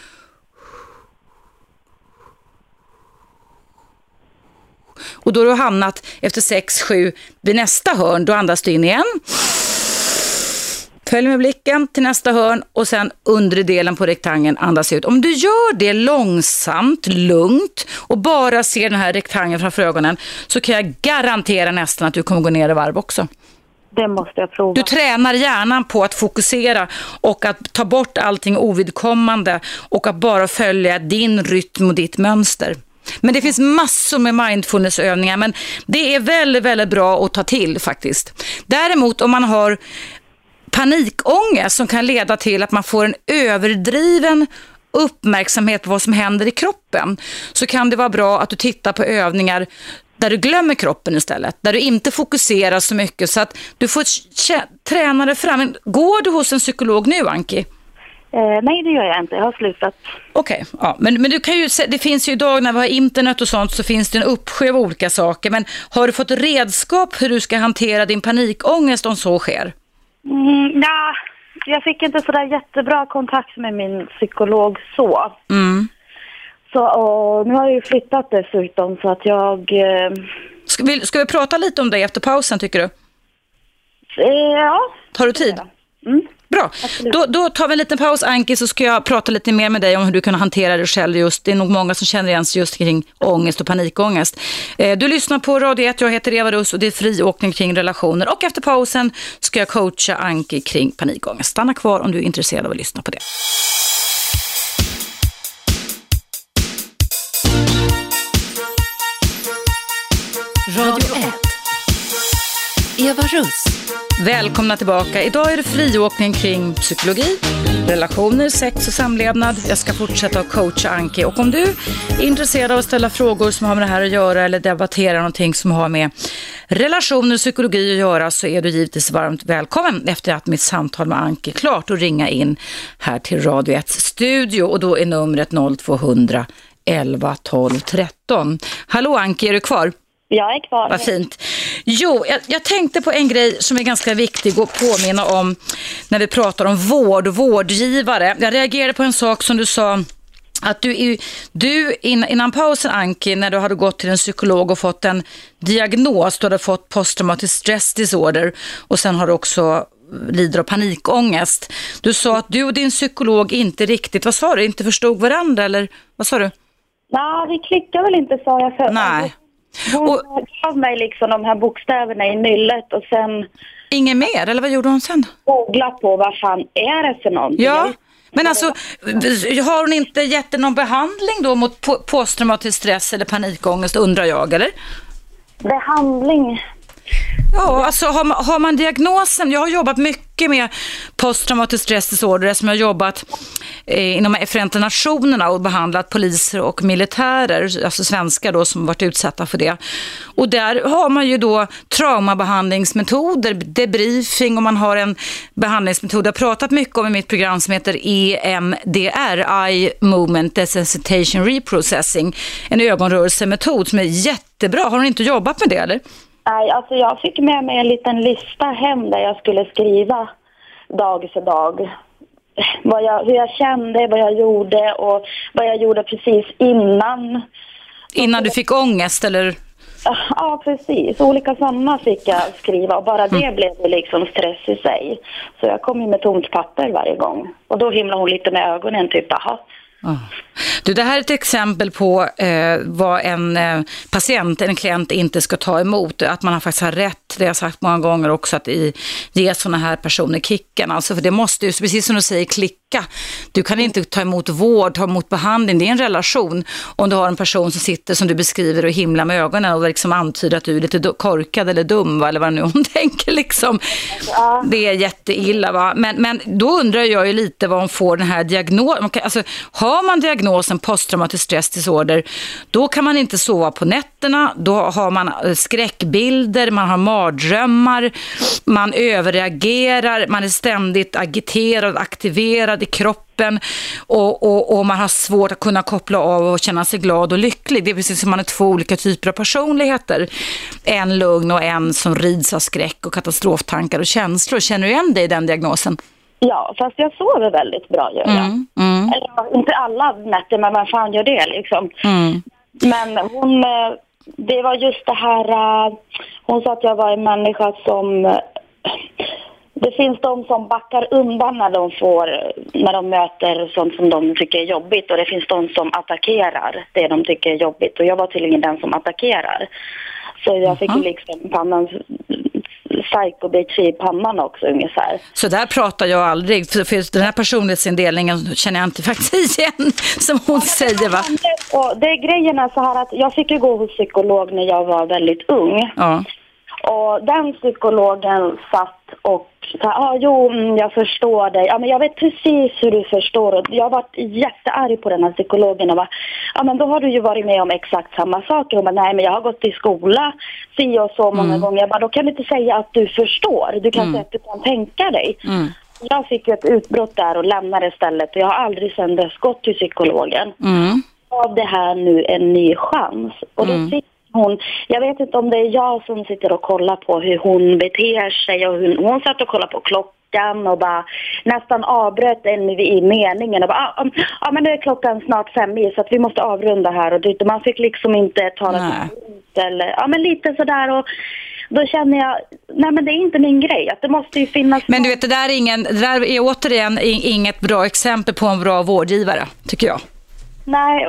Och då har du hamnat efter 6-7 vid nästa hörn. Då andas du in igen. Följ med blicken till nästa hörn och sen undre delen på rektangeln andas ut. Om du gör det långsamt, lugnt och bara ser den här rektangeln framför ögonen, så kan jag garantera nästan att du kommer gå ner i varv också. Det måste jag prova. Du tränar hjärnan på att fokusera och att ta bort allting ovidkommande och att bara följa din rytm och ditt mönster. Men det finns massor med mindfulnessövningar, men det är väldigt, väldigt bra att ta till faktiskt. Däremot om man har panikångest som kan leda till att man får en överdriven uppmärksamhet på vad som händer i kroppen, så kan det vara bra att du tittar på övningar där du glömmer kroppen istället, där du inte fokuserar så mycket, så att du får träna dig fram. Går du hos en psykolog nu, Anki? Nej, det gör jag inte. Jag har slutat. Okej, ja. Men du kan ju, det finns ju idag när vi har internet och sånt, så finns det en uppsjö av olika saker. Men har du fått redskap hur du ska hantera din panikångest om så sker? Ja, jag fick inte så där jättebra kontakt med min psykolog så. Så nu har jag ju flyttat dessutom, så att jag... Ska vi prata lite om det efter pausen, tycker du? Ja. Tar du tid? Bra. Då tar vi en liten paus, Anki, så ska jag prata lite mer med dig om hur du kan hantera dig själv just. Det är nog många som känner igen sig just kring ångest och panikångest. Du lyssnar på Radio 1, jag heter Eva Russ och det är friåkning kring relationer. Och efter pausen ska jag coacha Anki kring panikångest. Stanna kvar om du är intresserad av att lyssna på det. Radio 1. Eva Russ. Välkomna tillbaka. Idag är det friåkning kring psykologi, relationer, sex och samlevnad. Jag ska fortsätta att coacha Anki. Och om du är intresserad av att ställa frågor som har med det här att göra eller debattera någonting som har med relationer och psykologi att göra, så är du givetvis varmt välkommen efter att mitt samtal med Anki är klart och ringa in här till Radio 1 studio. Och då är numret 0200 11 12 13. Hallå Anki, är du kvar? Jag är kvar. Vad fint. Jo, jag tänkte på en grej som är ganska viktig att påminna om när vi pratar om vård och vårdgivare. Jag reagerade på en sak som du sa, att du innan pausen, Anki, när du hade gått till en psykolog och fått en diagnos, du hade fått posttraumatic stress disorder och sen har du också lider av panikångest. Du sa att du och din psykolog inte riktigt, vad sa du, inte förstod varandra, eller vad sa du? Nej, vi klickar väl inte, sa jag för. Nej. Hon gav mig liksom de här bokstäverna i nyllet och sen... Ingen mer, eller vad gjorde hon sen? Googla på vad fan är det för någonting. Ja, Men alltså, har hon inte gett någon behandling då mot posttraumatisk stress eller panikångest, undrar jag, eller? Behandling? Ja, alltså har man diagnosen, jag har jobbat mycket med posttraumatisk stressdisorder som jag har jobbat inom Förenta Nationerna och behandlat poliser och militärer, alltså svenskar då som varit utsatta för det. Och där har man ju då traumabehandlingsmetoder, debriefing, och man har en behandlingsmetod jag har pratat mycket om i mitt program som heter EMDR, Eye Movement Desensitization Reprocessing, en ögonrörelsemetod som är jättebra. Har hon inte jobbat med det, eller? Nej, alltså jag fick med mig en liten lista hem där jag skulle skriva dag för dag. Hur jag kände, vad jag gjorde och vad jag gjorde precis innan. Innan du fick ångest, eller? Ja, precis. Olika sådana fick jag skriva och bara det blev det liksom stress i sig. Så jag kom ju med tomt papper varje gång. Och då himlade hon lite med ögonen, typ, aha. Du, det här är ett exempel på vad en patient, en klient inte ska ta emot. Att man faktiskt har rätt, det har jag sagt många gånger också, att ge sådana här personer kicken. Alltså, för det måste ju, precis som du säger, klicka. Du kan inte ta emot vård, ta emot behandling. Det är en relation. Om du har en person som sitter, som du beskriver, och himlar med ögonen och liksom antyder att du är lite korkad eller dum, va? Eller vad nu hon tänker liksom. Det är jätteilla, va? Men då undrar jag ju lite vad hon får den här diagnosen. Alltså, har man diagnosen posttraumatisk stressdisorder, då kan man inte sova på nätterna, då har man skräckbilder, man har mardrömmar, man överreagerar, man är ständigt agiterad, aktiverad i kroppen och man har svårt att kunna koppla av och känna sig glad och lycklig. Det är precis som man är två olika typer av personligheter. En lugn och en som rids av skräck och katastroftankar och känslor. Känner du igen dig i den diagnosen? Ja, fast jag sover väldigt bra, gör jag. Eller, inte alla nätter, men man fan gör det liksom. Men det var just det här, hon sa att jag var en människa som, det finns de som backar undan när de möter sånt som de tycker är jobbigt, och det finns de som attackerar det de tycker är jobbigt, och jag var tydligen den som attackerar. Så jag fick liksom pannan, psycho-bitch i pannan också ungefär. Så där pratar jag aldrig, för den här personlighetsindelningen känner jag inte faktiskt igen, som hon säger, va? Och det är grejerna så här att jag fick ju gå hos psykolog när jag var väldigt ung. Ja. Och den psykologen satt och sa, jag förstår dig. Ja, men jag vet precis hur du förstår. Och jag har varit jättearg på den här psykologen och bara, men då har du ju varit med om exakt samma saker. Och bara, nej, men jag har gått i skola så många gånger. Jag bara, då kan du inte säga att du förstår. Du kan säga att du kan tänka dig. Jag fick ett utbrott där och lämnade istället. Och jag har aldrig sedan dess gått till psykologen. Av det här nu en ny chans. Och då jag vet inte om det är jag som sitter och kollar på hur hon beter sig, och hon satt och kollade på klockan och bara nästan avbröt en i meningen och bara, men nu är klockan snart 5 så att vi måste avrunda här, och man fick liksom inte tala till eller, men lite sådär, och då känner jag, nej men det är inte min grej, att det måste ju finnas. Men du vet, det där är återigen inget bra exempel på en bra vårdgivare, tycker jag. Nej,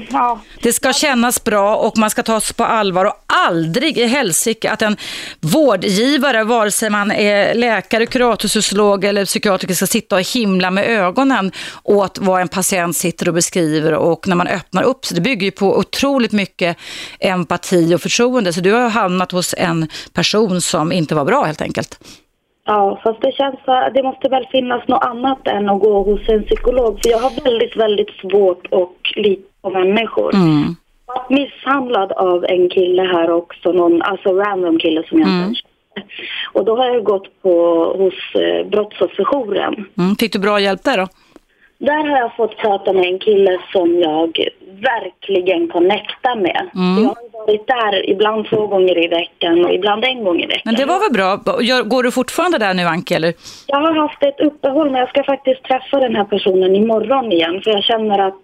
Det ska kännas bra och man ska tas på allvar, och aldrig i helsike att en vårdgivare, vare sig man är läkare, kurator, sociolog eller psykiatriker, ska sitta och himla med ögonen åt vad en patient sitter och beskriver. Och när man öppnar upp sig, det bygger ju på otroligt mycket empati och förtroende. Så du har hamnat hos en person som inte var bra, helt enkelt. Ja, fast det känns så, det måste väl finnas något annat än att gå hos en psykolog. För jag har väldigt, väldigt svårt och lite på människor. Jag var misshandlad av en kille här också, random kille som jag inte känner. Och då har jag gått hos brottsofferjouren. Fick du bra hjälp där då? Där har jag fått prata med en kille som jag verkligen connectar med. Jag har varit där ibland 2 gånger i veckan och ibland 1 gång i veckan. Men det var väl bra? Går du fortfarande där nu, Anke, eller? Jag har haft ett uppehåll, men jag ska faktiskt träffa den här personen imorgon igen. För jag känner att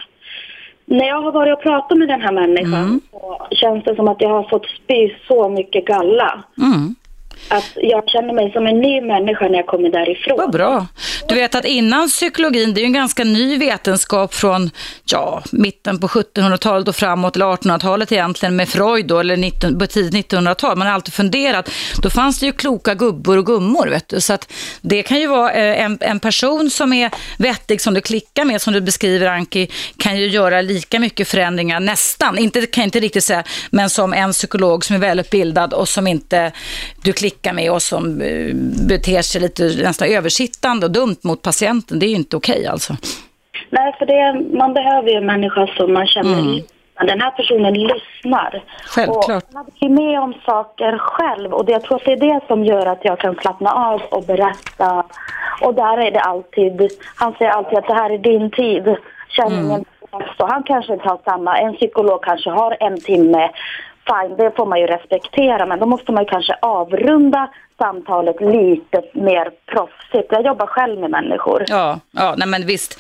när jag har varit och pratat med den här människan så känns det som att jag har fått spy så mycket galla. Att jag känner mig som en ny människa när jag kommer därifrån. Vad bra. Du vet att innan psykologin, det är ju en ganska ny vetenskap från mitten på 1700-talet och framåt, eller 1800-talet egentligen med Freud då, eller tidigt 1900-tal. Man har alltid funderat, då fanns det ju kloka gubbor och gummor, vet du. Så att det kan ju vara en person som är vettig, som du klickar med, som du beskriver, Anki, kan ju göra lika mycket förändringar nästan, kan inte riktigt säga, men som en psykolog som är välutbildad och som inte du klickar med och som beter sig lite nästan översittande och dumt mot patienten. Det är ju inte okej alltså. Nej, för man behöver ju en människa som man känner den här personen lyssnar. Självklart. Och man blir med om saker själv. Och jag tror att det är det som gör att jag kan slappna av och berätta. Och där är det alltid, han säger alltid att det här är din tid. Känningen. Så han kanske inte har samma, en psykolog kanske har en timme. Fine, det får man ju respektera, men då måste man ju kanske avrunda samtalet lite mer proffsigt. Jag jobbar själv med människor. Ja, nej men visst.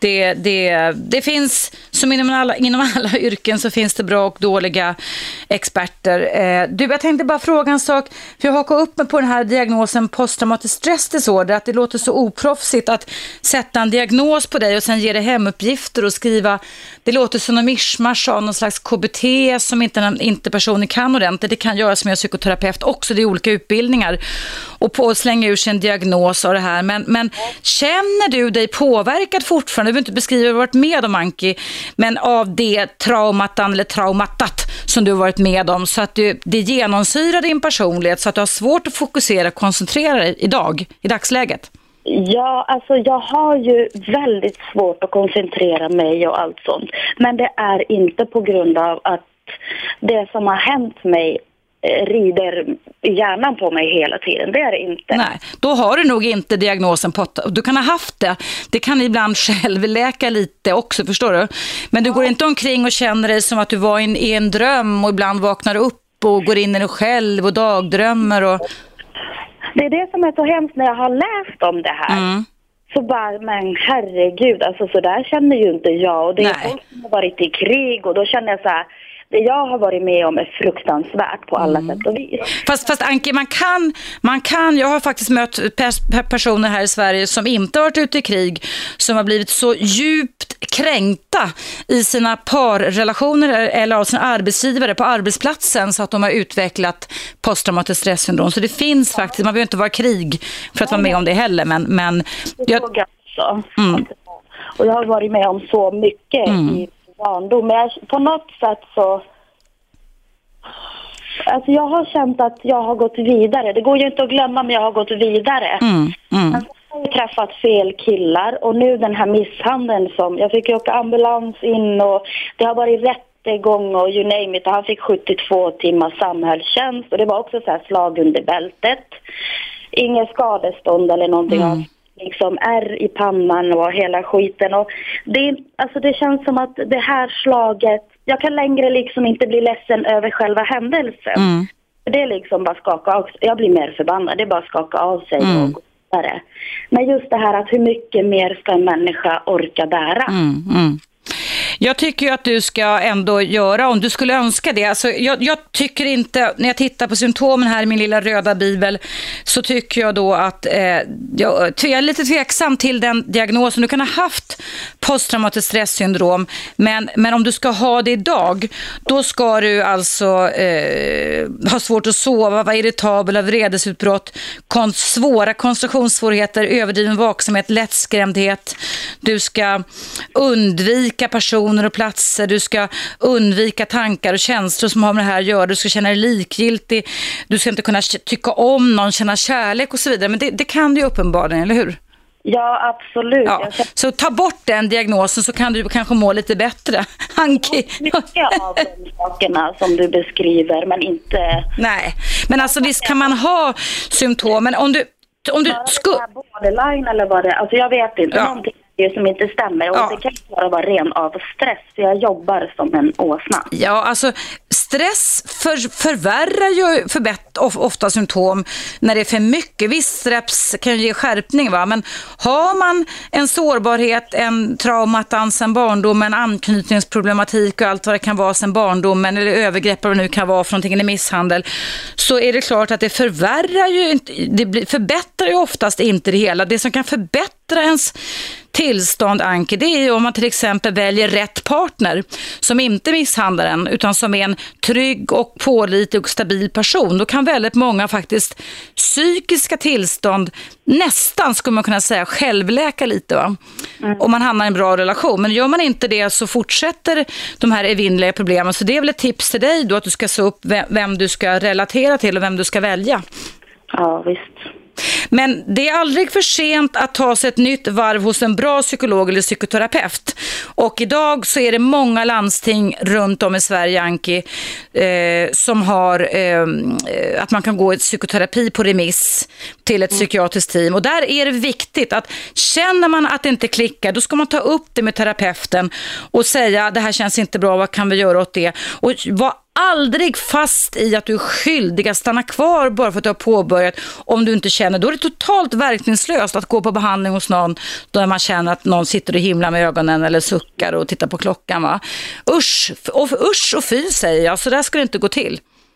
Det finns, som inom alla yrken så finns det bra och dåliga experter. Jag tänkte bara fråga en sak, för jag hakar upp mig på den här diagnosen posttraumatisk stressdisorder, att det låter så oproffsigt att sätta en diagnos på dig och sen ge dig hemuppgifter och skriva. Det låter som en mischmasch av någon slags KBT som inte personen kan ordentligt. Det kan göras med psykoterapeut också, det är olika utbildningar. Och på att slänga ur sig en diagnos av det här. Men känner du dig påverkad fortfarande? Du vill inte beskriva vad du varit med om, Anki, men av det traumatat som du har varit med om, så att det genomsyrar din personlighet så att du har svårt att fokusera och koncentrera dig i dagsläget? Ja, alltså jag har ju väldigt svårt att koncentrera mig och allt sånt. Men det är inte på grund av att det som har hänt mig rider hjärnan på mig hela tiden. Det är det inte. Nej, då har du nog inte diagnosen på. Du kan ha haft det. Det kan ibland självläka lite också, förstår du? Men du går inte omkring och känner dig som att du var i en dröm och ibland vaknar upp och går in i dig själv och dagdrömmer och... Det är det som är så hemskt när jag har läst om det här. Så bara, men herregud, alltså så där känner ju inte jag. Och det är folk som har varit i krig och då känner jag så här, det jag har varit med om är fruktansvärt på alla sätt och vis. Fast Anki, man kan, jag har faktiskt mött personer här i Sverige som inte har varit ute i krig, som har blivit så djupt kränkta i sina parrelationer eller av sina arbetsgivare på arbetsplatsen så att de har utvecklat posttraumatiskt stresssyndrom. Så det finns faktiskt, man behöver inte vara krig för att vara med om det heller, men och jag har varit med om så mycket i barndom, men på något sätt så alltså jag har känt att jag har gått vidare. Det går ju inte att glömma, men jag har gått vidare. Jag har ju träffat fel killar och nu den här misshandeln som jag fick åka ambulans in och det har varit rättegång och you name it. Han fick 72 timmars samhällstjänst och det var också så här slag under bältet. Ingen skadestånd eller någonting liksom ärr i pannan och hela skiten och det känns som att det här slaget, jag kan längre liksom inte bli ledsen över själva händelsen. Det är liksom bara skaka av, jag blir mer förbannad, det är bara skaka av sig och gå vidare. Men just det här att hur mycket mer ska en människa orka bära? Jag tycker ju att du ska ändå göra, om du skulle önska det. Alltså, jag tycker inte, när jag tittar på symptomen här i min lilla röda bibel, så tycker jag då att jag är lite tveksam till den diagnosen. Du kan ha haft posttraumatiskt stresssyndrom, men om du ska ha det idag, då ska du alltså ha svårt att sova, vara irritabel, ha vredesutbrott, svåra koncentrationssvårigheter, överdriven vaksamhet, lättskrämdhet. Du ska undvika personer och platser, du ska undvika tankar och känslor som har med det här att göra, du ska känna dig likgiltig, du ska inte kunna tycka om någon, känna kärlek och så vidare, men det kan du ju uppenbarligen, eller hur? Ja, absolut. Ja. Så ta bort den diagnosen så kan du kanske må lite bättre. Anki. Mycket av de sakerna som du beskriver, men inte... Nej, men alltså visst kan man ha symptom, men om du borderline eller vad det, alltså jag vet inte, någonting som inte stämmer och det kan bara vara ren av stress, för jag jobbar som en åsna. Ja, alltså stress förvärrar ju ofta symptom när det är för mycket. Visst, stress kan ge skärpning, va? Men har man en sårbarhet, en traumat sen barndom, en anknytningsproblematik och allt vad det kan vara sen barndomen, eller övergrepp vad det nu kan vara för någonting, eller misshandel, så är det klart att det förvärrar ju inte, förbättrar ju oftast inte det hela. Det som kan förbättra förbättra ens tillstånd, Anki, det är ju om man till exempel väljer rätt partner som inte misshandlar en utan som är en trygg och pålitlig och stabil person. Då kan väldigt många faktiskt psykiska tillstånd nästan, skulle man kunna säga, självläka lite, va? Om man hamnar i en bra relation. Men gör man inte det så fortsätter de här evinnerliga problemen. Så det är väl ett tips till dig då, att du ska se upp vem du ska relatera till och vem du ska välja. Ja, visst. Men det är aldrig för sent att ta sig ett nytt varv hos en bra psykolog eller psykoterapeut. Och idag så är det många landsting runt om i Sverige, Anki, som har att man kan gå i psykoterapi på remiss till ett psykiatriskt team. Och där är det viktigt att känner man att det inte klickar, då ska man ta upp det med terapeuten och säga det här känns inte bra, vad kan vi göra åt det? Och vad aldrig fast i att du är skyldig att stanna kvar bara för att du har påbörjat. Om du inte känner, då är det totalt verkningslöst att gå på behandling hos någon där man känner att någon sitter och himlar med ögonen eller suckar och tittar på klockan, va? Usch och fy, säger jag. Så där ska det inte gå till.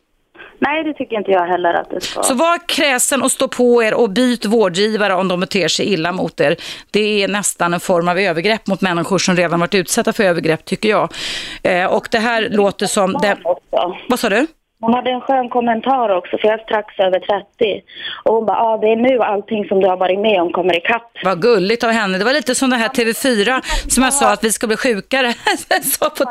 Nej, det tycker inte jag heller att det ska. Så var kräsen och stå på er och byt vårdgivare om de beter sig illa mot er. Det är nästan en form av övergrepp mot människor som redan varit utsatta för övergrepp, tycker jag. Och det här låter som... Vad sa du? Hon hade en skön kommentar också, för jag är strax över 30. Och hon bara, det är nu allting som du har varit med om kommer ikapp. Vad gulligt av henne. Det var lite som det här TV4 som jag sa att vi ska bli sjukare. Så på...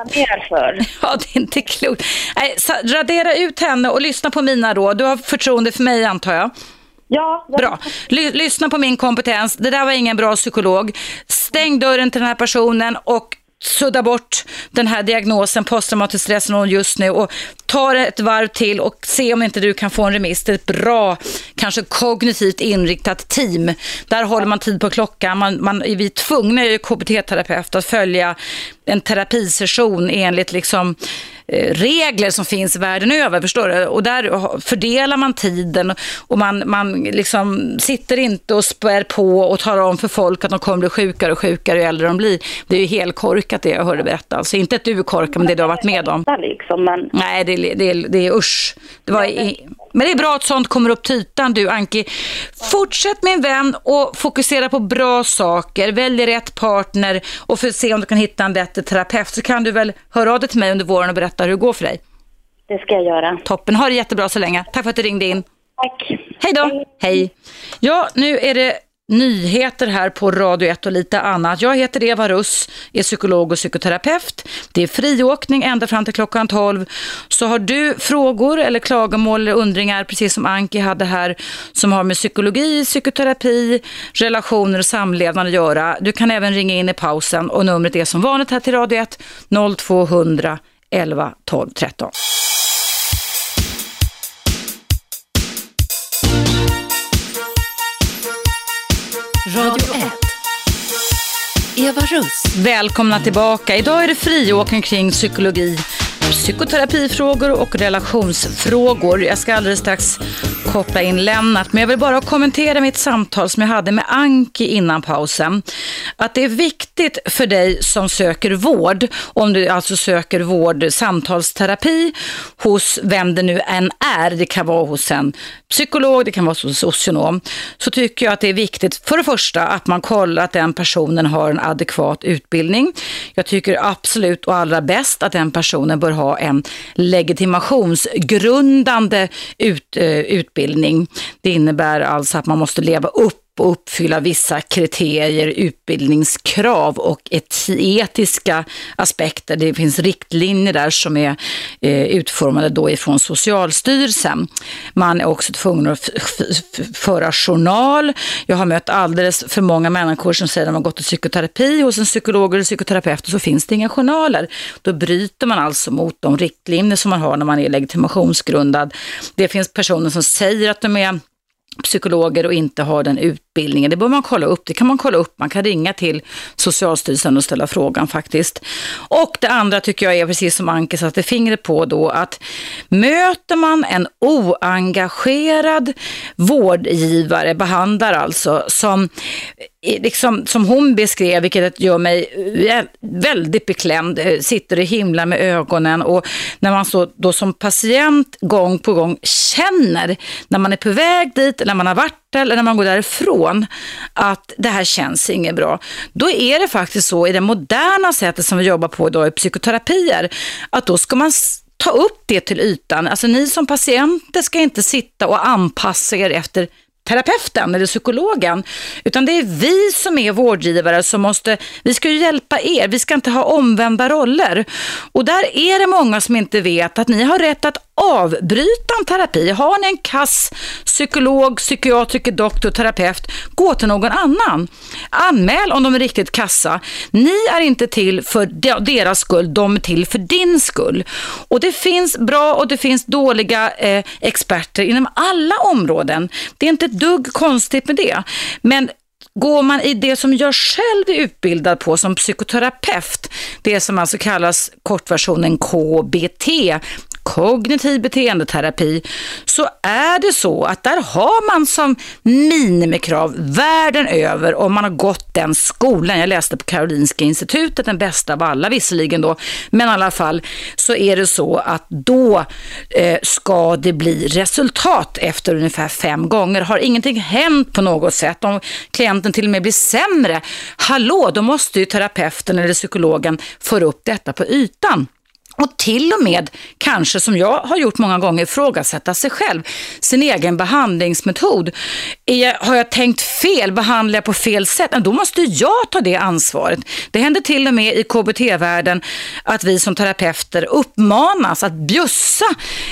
Ja, det är inte klokt. Nej, radera ut henne och lyssna på mina råd. Du har förtroende för mig, antar jag. Ja. Bra. Lyssna på min kompetens. Det där var ingen bra psykolog. Stäng dörren till den här personen och sudda bort den här diagnosen posttraumatisk stress just nu och ta ett varv till och se om inte du kan få en remiss till ett bra, kanske kognitivt inriktat team. Där håller man tid på klockan. Vi är tvungna, KBT-terapeut, att följa en terapisession enligt liksom regler som finns världen över, förstår du? Och där fördelar man tiden och man liksom sitter inte och spär på och talar om för folk att de kommer bli sjukare och sjukare ju äldre de blir. Det är ju helt korkat det jag hörde berätta. Alltså inte att du är korkad, men det du har varit med om. Nej, det är usch. Men det är bra att sånt kommer upp till ytan, du, Anki. Fortsätt min vän och fokusera på bra saker. Välj rätt partner och för att se om du kan hitta en bättre terapeut, så kan du väl höra av dig till mig under våren och berätta hur det går för dig. Det ska jag göra. Toppen, ha det jättebra så länge. Tack för att du ringde in. Tack. Hej då. Hej. Ja, nu är det nyheter här på Radio 1 och lite annat. Jag heter Eva Russ, är psykolog och psykoterapeut. Det är friåkning ända fram till klockan 12. Så har du frågor eller klagomål eller undringar, precis som Anki hade här, som har med psykologi, psykoterapi, relationer och samlevnad att göra. Du kan även ringa in i pausen och numret är som vanligt här till Radio 1 0200 11 12 13. Radio 1. Eva Russ. Välkomna tillbaka. Idag är det friåkning kring psykologi, psykoterapifrågor och relationsfrågor. Jag ska alldeles strax koppla in Lennart, men jag vill bara kommentera mitt samtal som jag hade med Anki innan pausen. Att det är viktigt för dig som söker vård, om du alltså söker vård, samtalsterapi hos vem det nu än är, det kan vara hos en psykolog, det kan vara hos en socionom, så tycker jag att det är viktigt för det första att man kollar att den personen har en adekvat utbildning. Jag tycker absolut och allra bäst att den personen bör ha en legitimationsgrundande utbildning. Det innebär alltså att man måste leva upp och uppfylla vissa kriterier, utbildningskrav och etiska aspekter. Det finns riktlinjer där som är utformade då ifrån Socialstyrelsen. Man är också tvungen att föra journal. Jag har mött alldeles för många människor som säger att de har gått i psykoterapi hos en psykolog eller psykoterapeut och så finns det inga journaler. Då bryter man alltså mot de riktlinjer som man har när man är legitimationsgrundad. Det finns personer som säger att de är psykologer och inte har den utbildningen. Det bör man kolla upp. Det kan man kolla upp. Man kan ringa till Socialstyrelsen och ställa frågan faktiskt. Och det andra tycker jag är precis som Anke satte fingret på då, att möter man en oengagerad vårdgivare, behandlare alltså, som hon beskrev, vilket gör mig väldigt beklämd, sitter och himlar med ögonen, och när man så då som patient gång på gång känner när man är på väg dit, när man har varit eller när man går därifrån att det här känns inget bra, då är det faktiskt så i det moderna sättet som vi jobbar på idag i psykoterapier, att då ska man ta upp det till ytan. Alltså ni som patienter ska inte sitta och anpassa er efter terapeuten eller psykologen, utan det är vi som är vårdgivare som vi ska ju hjälpa er, vi ska inte ha omvända roller. Och där är det många som inte vet att ni har rätt att avbryta en terapi. Har ni en kass psykolog, psykiatriker, doktor, terapeut, gå till någon annan. Anmäl om de är riktigt kassa. Ni är inte till för deras skull, de är till för din skull. Och det finns bra och det finns dåliga experter inom alla områden. Det är inte ett dugg konstigt med det. Men går man i det som jag själv är utbildad på som psykoterapeut, det som alltså kallas kortversionen KBT, kognitiv beteendeterapi, så är det så att där har man som minimikrav världen över, om man har gått den skolan. Jag läste på Karolinska institutet, den bästa av alla visserligen då, men i alla fall så är det så att då ska det bli resultat efter ungefär 5 gånger. Har ingenting hänt på något sätt, om klienten till och med blir sämre, då måste ju terapeuten eller psykologen få upp detta på ytan. Och till och med, kanske som jag har gjort många gånger, ifrågasätta sig själv, sin egen behandlingsmetod. Har jag tänkt fel? Behandlar jag på fel sätt? Då måste jag ta det ansvaret. Det händer till och med i KBT-världen att vi som terapeuter uppmanas att bjussa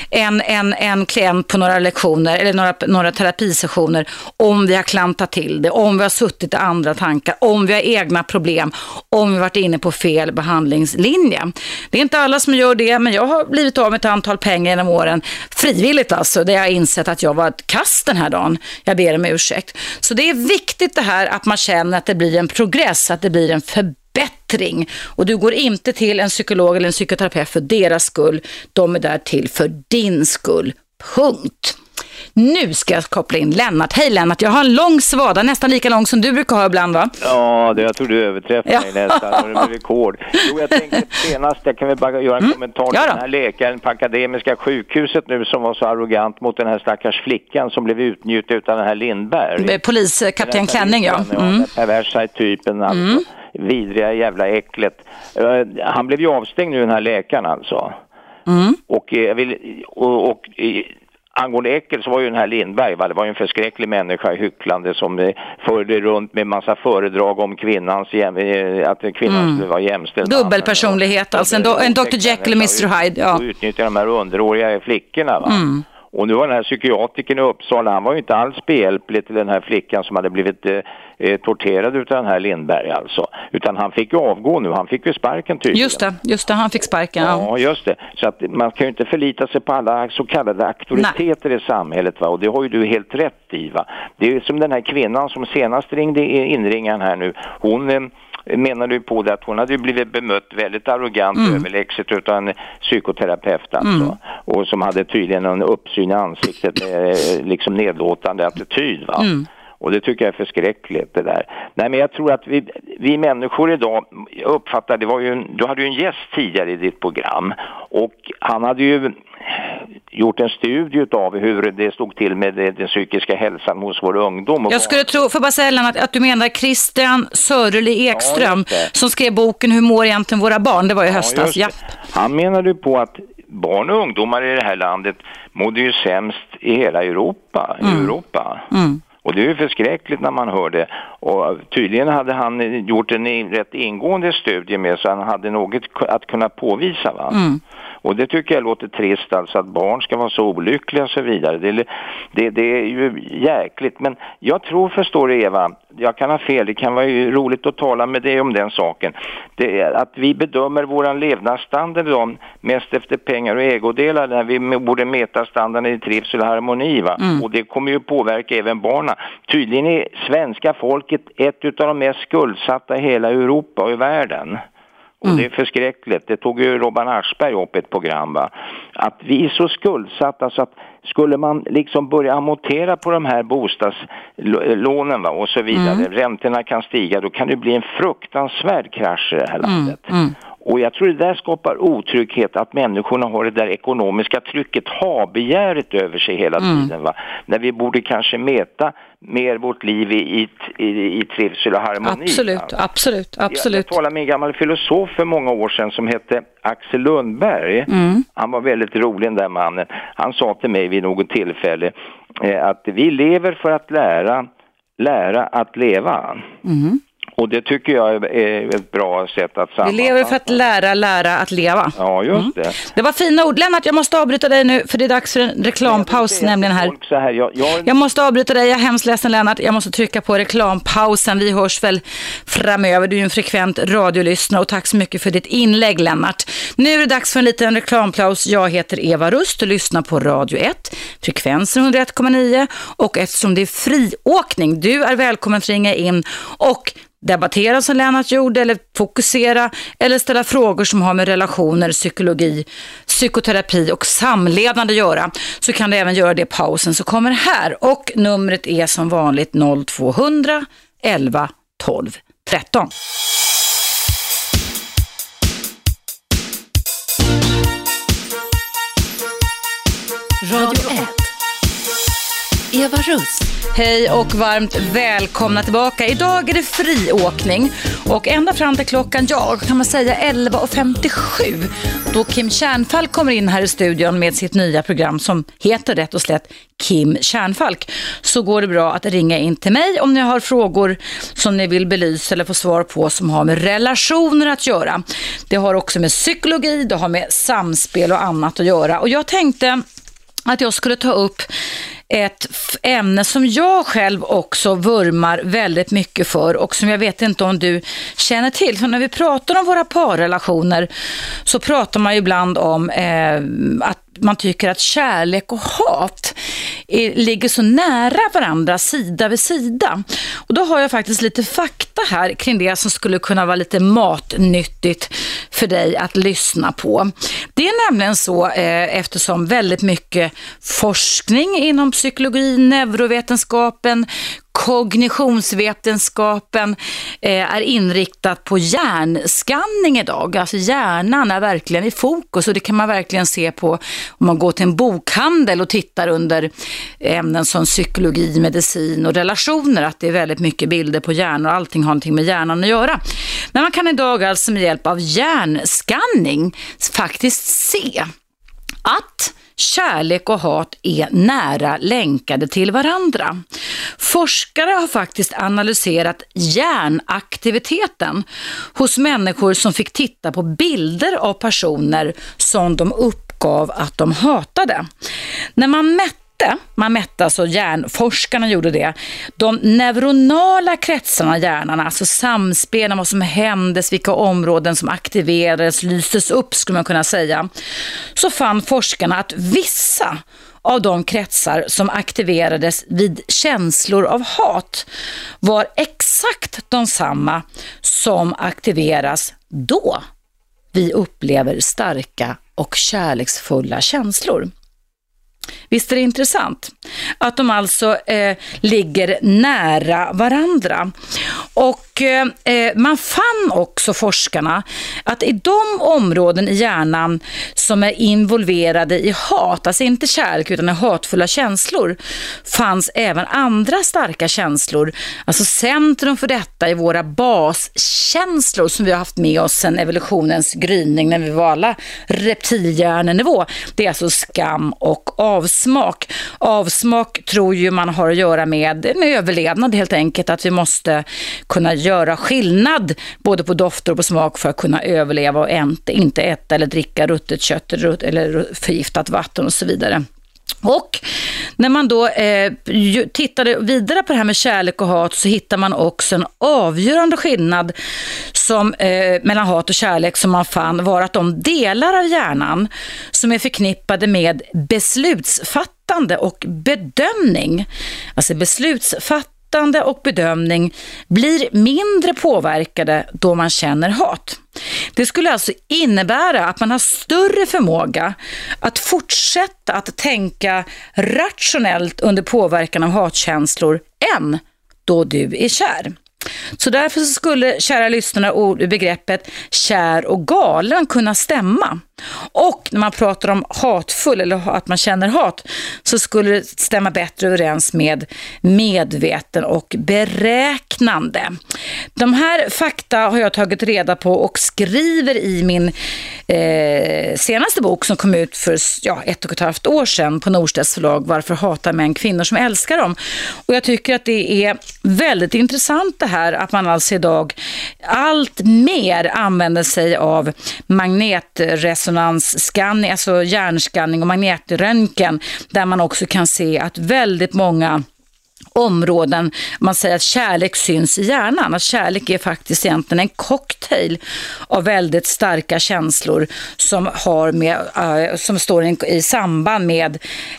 en klient på några lektioner eller några terapisessioner om vi har klantat till det, om vi har suttit i andra tankar, om vi har egna problem, om vi har varit inne på fel behandlingslinje. Det är inte alla som gör det, men jag har blivit av med ett antal pengar genom åren, frivilligt alltså, där jag har insett att jag var ett kast den här dagen. Jag ber om ursäkt. Så det är viktigt det här att man känner att det blir en progress, att det blir en förbättring. Och du går inte till en psykolog eller en psykoterapeut för deras skull, de är där till för din skull. Punkt. Nu ska jag koppla in Lennart. Hej Lennart, jag har en lång svada, nästan lika lång som du brukar ha ibland, va? Ja, jag tror du överträffar mig nästan, och det blir rekord. Jo, jag tänkte senast, jag kan väl bara göra en kommentar till den här läkaren på Akademiska sjukhuset nu som var så arrogant mot den här stackars flickan som blev utnjuten av den här Lindberg. Poliskapten Klänning, ja. Den perversa typen, alltså. Vidriga jävla äcklet. Han blev ju avstängd nu, den här läkaren alltså. Och angående äckel så var ju den här Lindberg, det var ju en förskräcklig människa, hycklande, som förde runt med massa föredrag om att kvinnan skulle vara jämställd. Dubbelpersonlighet, alltså en Dr. Jekyll och Mr. Hyde. Ja. Och utnyttja de här underåriga flickorna, va? Och nu var den här psykiatriken i Uppsala, han var ju inte alls behjälplig till den här flickan som hade blivit torterad utav den här Lindberg alltså. Utan han fick ju avgå nu, han fick ju sparken tydligen. Just det, han fick sparken. Ja, just det. Så att man kan ju inte förlita sig på alla så kallade auktoriteter i samhället, va? Och det har ju du helt rätt i, va? Det är ju som den här kvinnan som senast ringde inringaren här nu. Hon menade ju på det att hon hade blivit bemött väldigt arrogant överlägset utav en psykoterapeut alltså. Och som hade tydligen en uppsyn i ansiktet med liksom nedlåtande attityd, va? Och det tycker jag är förskräckligt, det där. Nej, men jag tror att vi människor idag, jag uppfattar, du hade ju en gäst tidigare i ditt program. Och han hade ju gjort en studie av hur det stod till med den psykiska hälsan hos vår ungdom. Jag skulle tro, för bara säga att du menar Christian Sörli Ekström som skrev boken Hur mår egentligen våra barn? Det var ju höstas. Ja. Han menade ju på att barn och ungdomar i det här landet mådde ju sämst i hela Europa. Och det är ju förskräckligt när man hör det. Och tydligen hade han gjort en rätt ingående studie med, så han hade något att kunna påvisa, va? Och det tycker jag låter trist, alltså, att barn ska vara så olyckliga och så vidare. Det är ju jäkligt. Men jag tror, förstår du Eva, jag kan ha fel, det kan vara ju roligt att tala med dig om den saken. Det är att vi bedömer våran levnadsstandard mest efter pengar och ägodelar, när vi borde mäta standarden i trivsel och harmoni, va? Och det kommer ju påverka även barnen. Tydligen är svenska folket ett av de mest skuldsatta i hela Europa och i världen. Och det är förskräckligt. Det tog ju Robban Aschberg upp ett program, va? Att vi är så skuldsatta så att skulle man liksom börja amortera på de här bostadslånen, va, och så vidare, räntorna kan stiga, då kan det bli en fruktansvärd krasch i det här landet. Och jag tror det där skapar otrygghet, att människorna har det där ekonomiska trycket, ha-begäret över sig hela tiden. Va? När vi borde kanske mäta mer vårt liv i trivsel och harmoni. Absolut. Jag talade med en gammal filosof för många år sedan som hette Axel Lundberg. Han var väldigt rolig, den där mannen. Han sa till mig vid något tillfälle att vi lever för att lära att leva. Och det tycker jag är ett bra sätt att sammanfatta. Vi lever för att lära att leva. Ja, just det. Det var fina ord. Lennart, jag måste avbryta dig nu för det är dags för en reklampaus nämligen här. Jag måste avbryta dig, jag är hemskt ledsen Lennart. Jag måste trycka på reklampausen. Vi hörs väl framöver. Du är en frekvent radiolyssnare och tack så mycket för ditt inlägg Lennart. Nu är det dags för en liten reklampaus. Jag heter Eva Rust och lyssnar på Radio 1, frekvensen 101,9 och eftersom det är friåkning, du är välkommen att ringa in och debattera som Lennart gjorde eller fokusera eller ställa frågor som har med relationer, psykologi, psykoterapi och samlevnad att göra, så kan du även göra det i pausen så kommer här och numret är som vanligt 0200 11 12 13. Radio 1. Eva Russ. Hej och varmt välkomna tillbaka. Idag är det friåkning och ända fram till klockan, kan man säga 11:57 då Kim Kärnfalk kommer in här i studion med sitt nya program som heter rätt och slätt Kim Kärnfalk. Så går det bra att ringa in till mig om ni har frågor som ni vill belysa eller få svar på som har med relationer att göra. Det har också med psykologi, det har med samspel och annat att göra. Och jag tänkte att jag skulle ta upp ett ämne som jag själv också vurmar väldigt mycket för och som jag vet inte om du känner till. För när vi pratar om våra parrelationer så pratar man ju ibland om att man tycker att kärlek och hat ligger så nära varandra, sida vid sida. Och då har jag faktiskt lite fakta här kring det som skulle kunna vara lite matnyttigt för dig att lyssna på. Det är nämligen så eftersom väldigt mycket forskning inom psykologi, neurovetenskapen, kognitionsvetenskapen är inriktat på hjärnskanning idag. Alltså hjärnan är verkligen i fokus och det kan man verkligen se på om man går till en bokhandel och tittar under ämnen som psykologi, medicin och relationer, att det är väldigt mycket bilder på hjärnan och allting har någonting med hjärnan att göra. Men man kan idag alltså med hjälp av hjärnskanning faktiskt se att kärlek och hat är nära länkade till varandra. Forskare har faktiskt analyserat hjärnaktiviteten hos människor som fick titta på bilder av personer som de uppgav att de hatade. När man mätte, alltså hjärnforskarna gjorde det, de neuronala kretsarna i hjärnan, alltså samspelen, vad som händes, vilka områden som aktiverades, lystes upp skulle man kunna säga, så fann forskarna att vissa av de kretsar som aktiverades vid känslor av hat var exakt de samma som aktiveras då vi upplever starka och kärleksfulla känslor. Visst är det intressant att de alltså ligger nära varandra. Och man fann också, forskarna, att i de områden i hjärnan som är involverade i hat, alltså inte kärlek utan i hatfulla känslor, fanns även andra starka känslor. Alltså centrum för detta är våra baskänslor som vi har haft med oss sedan evolutionens gryning när vi var alla reptilhjärnenivå. Det är alltså skam och avsmak. Avsmak tror ju man har att göra med en överlevnad helt enkelt, att vi måste kunna göra skillnad både på dofter och på smak för att kunna överleva och inte äta eller dricka ruttet kött eller förgiftat vatten och så vidare. Och när man då tittade vidare på det här med kärlek och hat så hittar man också en avgörande skillnad som, mellan hat och kärlek som man fann var att de delar av hjärnan som är förknippade med beslutsfattande och bedömning, alltså beslutsfattande och bedömning blir mindre påverkade då man känner hat. Det skulle alltså innebära att man har större förmåga att fortsätta att tänka rationellt under påverkan av hatkänslor än då du är kär. Så därför skulle, kära lyssnare, begreppet kär och galen kunna stämma. Och när man pratar om hatfull eller att man känner hat, så skulle det stämma bättre överens med medveten och beräknande. De här fakta har jag tagit reda på och skriver i min senaste bok som kom ut för 1,5 år sedan på Norstedts förlag, Varför hatar män kvinnor som älskar dem. Och jag tycker att det är väldigt intressant det här att man alltså idag allt mer använder sig av magnetresonansskanning, alltså hjärnskanning och magnetröntgen, där man också kan se att väldigt många områden, man säger att kärlek syns i hjärnan, att kärlek är faktiskt egentligen en cocktail av väldigt starka känslor som som står i samband med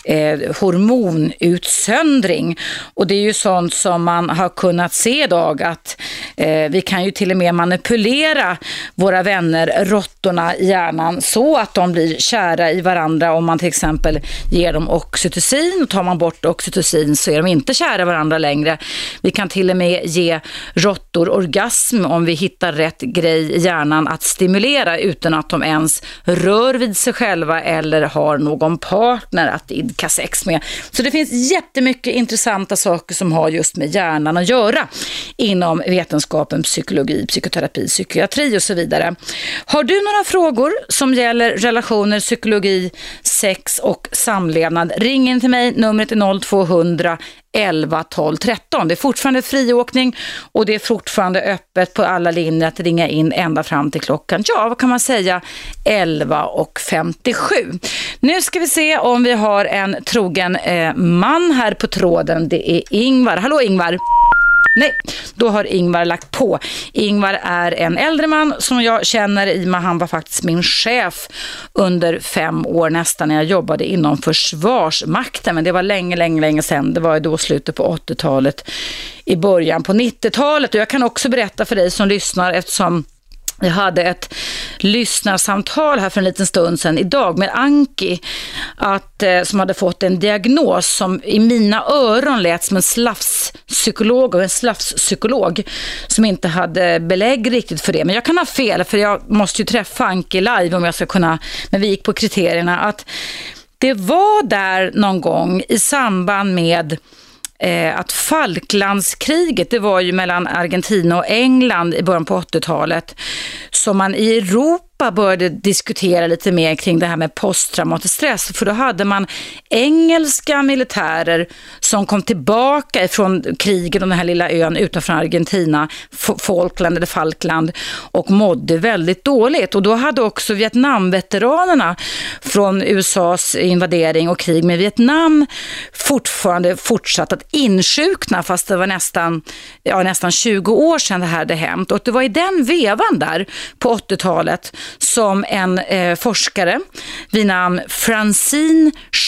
hormonutsöndring. Och det är ju sånt som man har kunnat se idag, att vi kan ju till och med manipulera våra vänner, råttorna i hjärnan, så att de blir kära i varandra. Om man till exempel ger dem oxytocin, och tar man bort oxytocin så är de inte kära varandra längre. Vi kan till och med ge råttor orgasm om vi hittar rätt grej i hjärnan att stimulera utan att de ens rör vid sig själva eller har någon partner att idka sex med. Så det finns jättemycket intressanta saker som har just med hjärnan att göra inom vetenskapen, psykologi, psykoterapi, psykiatri och så vidare. Har du några frågor som gäller relationer, psykologi, sex och samlevnad? Ring in till mig, numret är 0200 11 12 13. Det är fortfarande friåkning och det är fortfarande öppet på alla linjer att ringa in ända fram till klockan, vad kan man säga, 11:57. Nu ska vi se om vi har en trogen man här på tråden. Det är Ingvar. Hallå Ingvar. Nej, då har Ingvar lagt på. Ingvar är en äldre man som jag känner i mig. Han var faktiskt min chef under 5 år nästan när jag jobbade inom Försvarsmakten. Men det var länge sedan. Det var då slutet på 80-talet, i början på 90-talet. Och jag kan också berätta för dig som lyssnar, eftersom jag hade ett lyssnarsamtal här för en liten stund sedan idag med Anki, som hade fått en diagnos som i mina öron lät som en slafspsykolog, och en slafspsykolog som inte hade belägg riktigt för det. Men jag kan ha fel, för jag måste ju träffa Anki live om jag ska kunna, men vi gick på kriterierna att det var där någon gång i samband med att Falklandskriget, det var ju mellan Argentina och England i början på 80-talet, som man i Europa började diskutera lite mer kring det här med posttraumatisk stress. För då hade man engelska militärer som kom tillbaka från kriget och den här lilla ön utanför Argentina, Falkland, och mådde väldigt dåligt. Och då hade också Vietnamveteranerna från USAs invadering och krig med Vietnam fortfarande fortsatt att insjukna, fast det var nästan 20 år sedan det här hade hänt. Och det var i den vevan där på 80-talet som en forskare vid namn Francine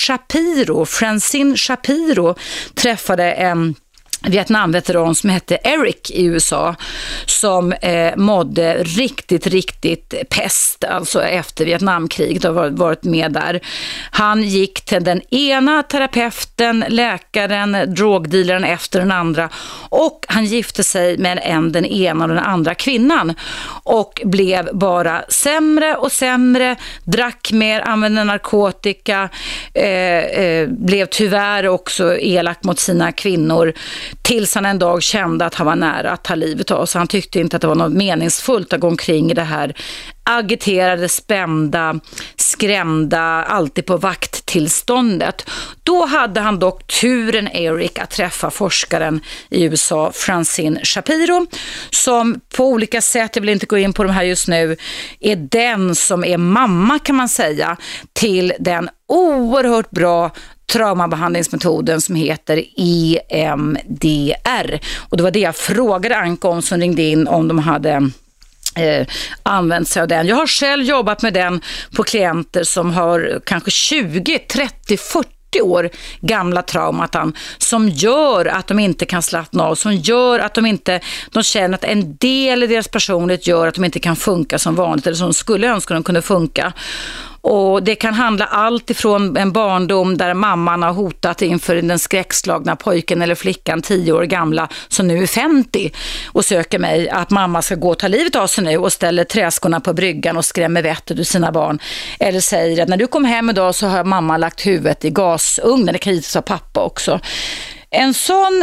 Shapiro träffade en Vietnamveteran som hette Eric i USA, som mådde riktigt pest, alltså efter Vietnamkriget, och varit med där. Han gick till den ena terapeuten, läkaren, drogdealaren efter den andra, och han gifte sig med den ena och den andra kvinnan och blev bara sämre och sämre, drack mer, använde narkotika, blev tyvärr också elak mot sina kvinnor, tills han en dag kände att han var nära att ta livet av sig. Han tyckte inte att det var något meningsfullt att gå omkring i det här agiterade, spända, skrämda, alltid på vakttillståndet. Då hade han dock turen, Eric, att träffa forskaren i USA, Francine Shapiro, som på olika sätt, jag vill inte gå in på de här just nu, är den som är mamma, kan man säga, till den oerhört bra traumabehandlingsmetoden som heter EMDR. Och det var det jag frågade Anka om, som ringde in, om de hade använt sig av den. Jag har själv jobbat med den på klienter som har kanske 20, 30, 40 år gamla traumatan, som gör att de inte kan slappna av, som gör att de känner att en del i deras personlighet gör att de inte kan funka som vanligt, eller som skulle önska de kunde funka. Och det kan handla allt ifrån en barndom där mamman har hotat inför den skräckslagna pojken eller flickan 10 år gamla som nu är 50 och söker mig att mamma ska gå och ta livet av sig nu och ställer träskorna på bryggan och skrämmer vettet ur sina barn. Eller säger att när du kom hem idag så har mamma lagt huvudet i gasugnen. Det kan givetvis vara pappa också. En sån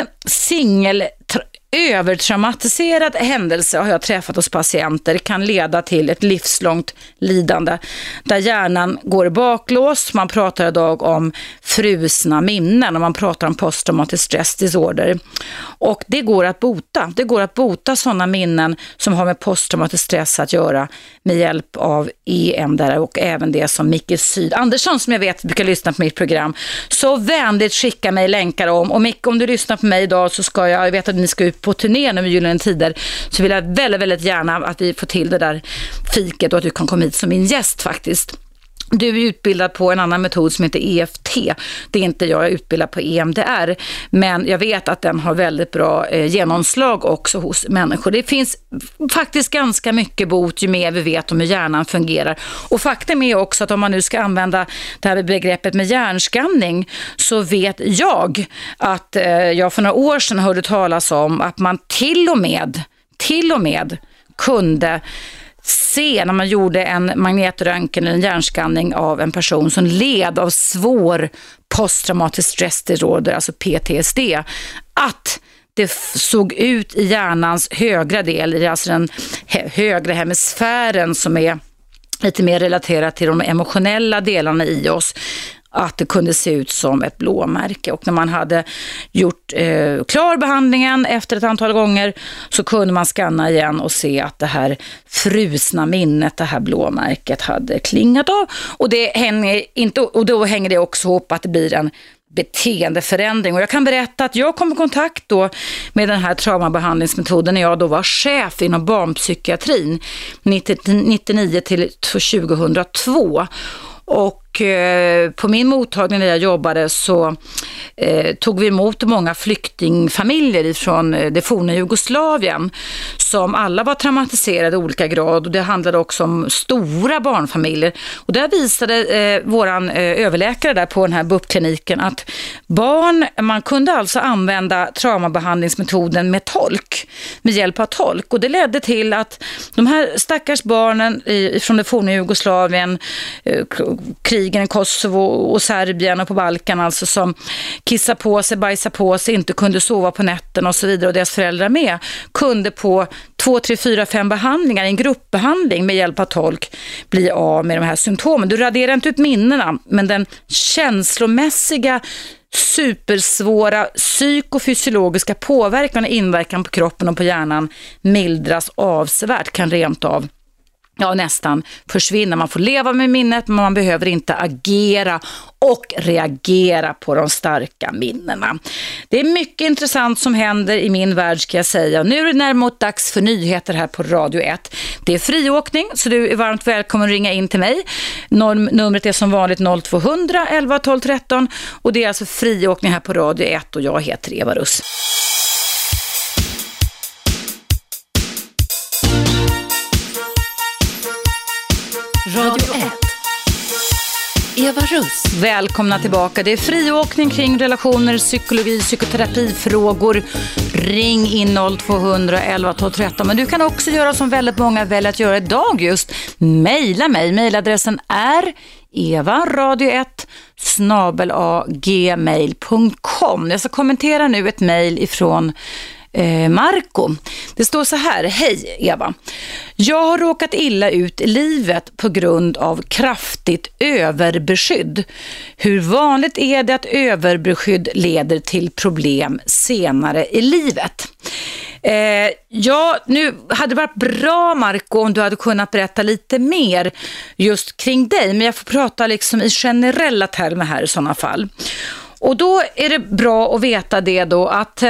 övertraumatiserad händelse har jag träffat hos patienter kan leda till ett livslångt lidande där hjärnan går i baklås. Man pratar idag om frusna minnen och man pratar om posttraumatisk stress disorder. Och det går att bota. Det går att bota sådana minnen som har med posttraumatisk stress att göra med hjälp av EMDR och även det som Micke Syd Andersson som jag vet brukar lyssna på mitt program. Så vänligt skicka mig länkar om. Och Micke, om du lyssnar på mig idag så ska jag vet att ni ska ut på turné nu med Gyllene Tider, så vill jag väldigt, väldigt gärna att vi får till det där fiket och att du kan komma hit som min gäst faktiskt. Du är utbildad på en annan metod som heter EFT. Det är inte jag är utbildad på EMDR, men jag vet att den har väldigt bra genomslag också hos människor. Det finns faktiskt ganska mycket bot ju mer vi vet om hur hjärnan fungerar. Och faktum är också att om man nu ska använda det här begreppet med hjärnskanning så vet jag att jag för några år sedan hörde talas om att man till och med kunde se när man gjorde en magnetröntgen eller en hjärnskanning av en person som led av svår posttraumatisk stress disorder, alltså PTSD, att det såg ut i hjärnans högra del, alltså den högra hemisfären som är lite mer relaterat till de emotionella delarna i oss, att det kunde se ut som ett blåmärke. Och när man hade gjort klar behandlingen efter ett antal gånger så kunde man skanna igen och se att det här frusna minnet, det här blåmärket hade klingat av. Och då hänger det också ihop att det blir en beteendeförändring. Och jag kan berätta att jag kom i kontakt då med den här traumabehandlingsmetoden när jag då var chef inom barnpsykiatrin 99 till 2002. Och på min mottagning när jag jobbade så tog vi emot många flyktingfamiljer från det forna Jugoslavien som alla var traumatiserade i olika grad, och det handlade också om stora barnfamiljer. Och där visade våran överläkare där på den här BUP-kliniken att man kunde alltså använda traumabehandlingsmetoden med hjälp av tolk. Och det ledde till att de här stackars barnen från det forna Jugoslavien, krigen i Kosovo och Serbien och på Balkan, alltså som kissar på sig, bajsar på sig, inte kunde sova på nätten och så vidare, och deras föräldrar med, kunde på 2, 3, 4, 5 behandlingar, en gruppbehandling med hjälp av tolk, bli av med de här symptomen. Du raderar inte ut minnena, men den känslomässiga supersvåra psykofysiologiska påverkan och inverkan på kroppen och på hjärnan mildras avsevärt, kan rent av nästan försvinna. Man får leva med minnet, men man behöver inte agera och reagera på de starka minnena. Det är mycket intressant som händer i min värld, ska jag säga. Nu är det närmast dags för nyheter här på Radio 1. Det är friåkning, så du är varmt välkommen att ringa in till mig. Numret är som vanligt 0200 11 12 13, och det är alltså friåkning här på Radio 1, och jag heter Eva Russ. Radio 1. Eva Russ. Välkomna tillbaka. Det är friåkning kring relationer, psykologi, psykoterapifrågor. Ring in 0200 11 12 13. Men du kan också göra som väldigt många väljer att göra idag just. Mejla mig. Mejladressen är evaradio1@gmail.com. Jag ska kommentera nu ett mejl ifrån Marco. Det står så här: hej Eva. Jag har råkat illa ut i livet på grund av kraftigt överbeskydd. Hur vanligt är det att överbeskydd leder till problem senare i livet? Nu hade det varit bra, Marco, om du hade kunnat berätta lite mer just kring dig, men jag får prata liksom i generella termer här i sådana fall. Och då är det bra att veta det då att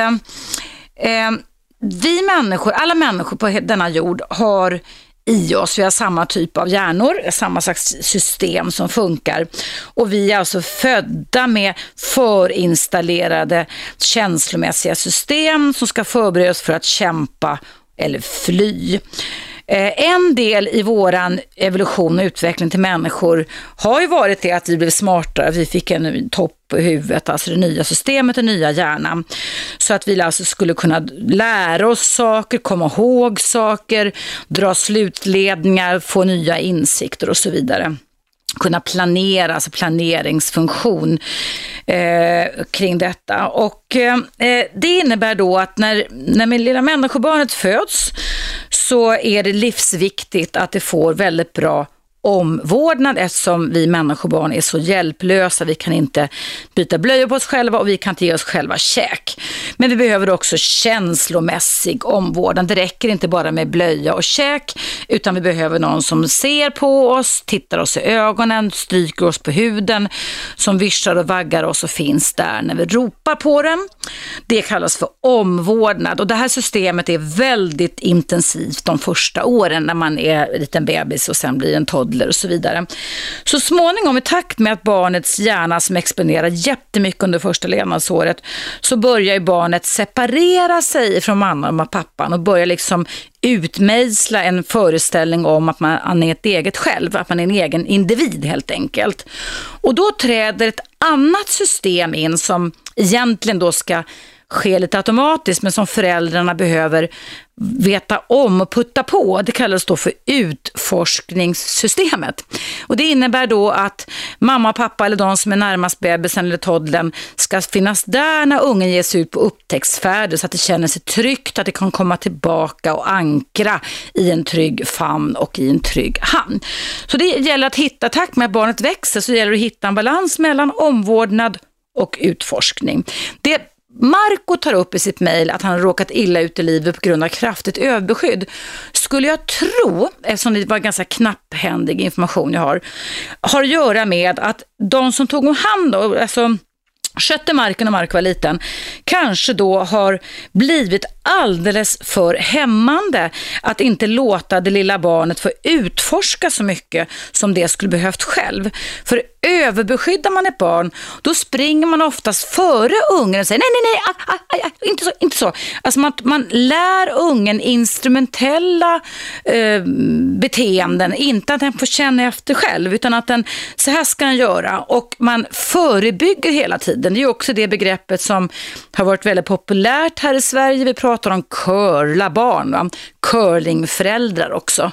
vi människor, alla människor på denna jord har i oss, vi har samma typ av hjärnor, samma slags system som funkar, och vi är alltså födda med förinstallerade känslomässiga system som ska förbereda oss för att kämpa eller fly. En del i våran evolution och utveckling till människor har ju varit det att vi blev smartare, vi fick en topp på huvudet, alltså det nya systemet, den nya hjärnan, så att vi alltså skulle kunna lära oss saker, komma ihåg saker, dra slutledningar, få nya insikter och så vidare. Kunna planera, alltså planeringsfunktion kring detta. Och det innebär då att när min lilla människobarnet föds så är det livsviktigt att det får väldigt bra omvårdnad, eftersom vi människobarn är så hjälplösa. Vi kan inte byta blöjor på oss själva och vi kan inte ge oss själva käk. Men vi behöver också känslomässig omvårdnad. Det räcker inte bara med blöja och käk, utan vi behöver någon som ser på oss, tittar oss i ögonen, stryker oss på huden, som vischar och vaggar oss och finns där när vi ropar på den. Det kallas för omvårdnad, och det här systemet är väldigt intensivt de första åren när man är en liten bebis och sen blir en toddler och så vidare. Så småningom, i takt med att barnets hjärna som exponerar jättemycket under första levnadsåret, så börjar ju barnet separera sig från mamman och pappan och börjar liksom utmejsla en föreställning om att man är ett eget själv, att man är en egen individ helt enkelt. Och då träder ett annat system in som egentligen då ska ske lite automatiskt, men som föräldrarna behöver veta om och putta på. Det kallas då för utforskningssystemet. Och det innebär då att mamma och pappa eller de som är närmast bebisen eller toddlern ska finnas där när ungen ger sig ut på upptäcktsfärder, så att det känner sig tryggt, att det kan komma tillbaka och ankra i en trygg famn och i en trygg hamn. Så det gäller att hitta, tack med att barnet växer, så gäller det att hitta en balans mellan omvårdnad och utforskning. Det Marco tar upp i sitt mejl att han har råkat illa ut i livet på grund av kraftigt överbeskydd, skulle jag tro, eftersom det var ganska knapphändig information jag har att göra med att de som tog om hand, alltså skötte Marco när Marco var liten, kanske då har blivit alldeles för hämmande, att inte låta det lilla barnet få utforska så mycket som det skulle behövt själv. För överbeskyddar man ett barn, då springer man oftast före ungen och säger nej, inte så. Alltså man lär ungen instrumentella beteenden, inte att den får känna efter själv, utan att den, så här ska den göra, och man förebygger hela tiden. Det är ju också det begreppet som har varit väldigt populärt här i Sverige. Vi pratar om curla barn, va? Curlingföräldrar också.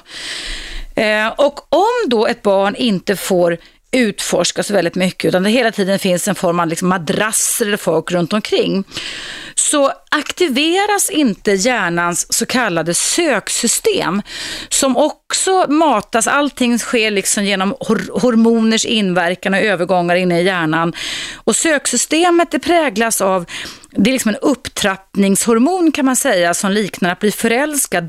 Och om då ett barn inte får utforskas väldigt mycket, utan det hela tiden finns en form av liksom madrasser eller folk runt omkring, så aktiveras inte hjärnans så kallade söksystem, som också matas. Allting sker liksom genom hormoners inverkan och övergångar inne i hjärnan, och söksystemet, det präglas av, det är liksom en upptrappningshormon kan man säga, som liknar att bli förälskad.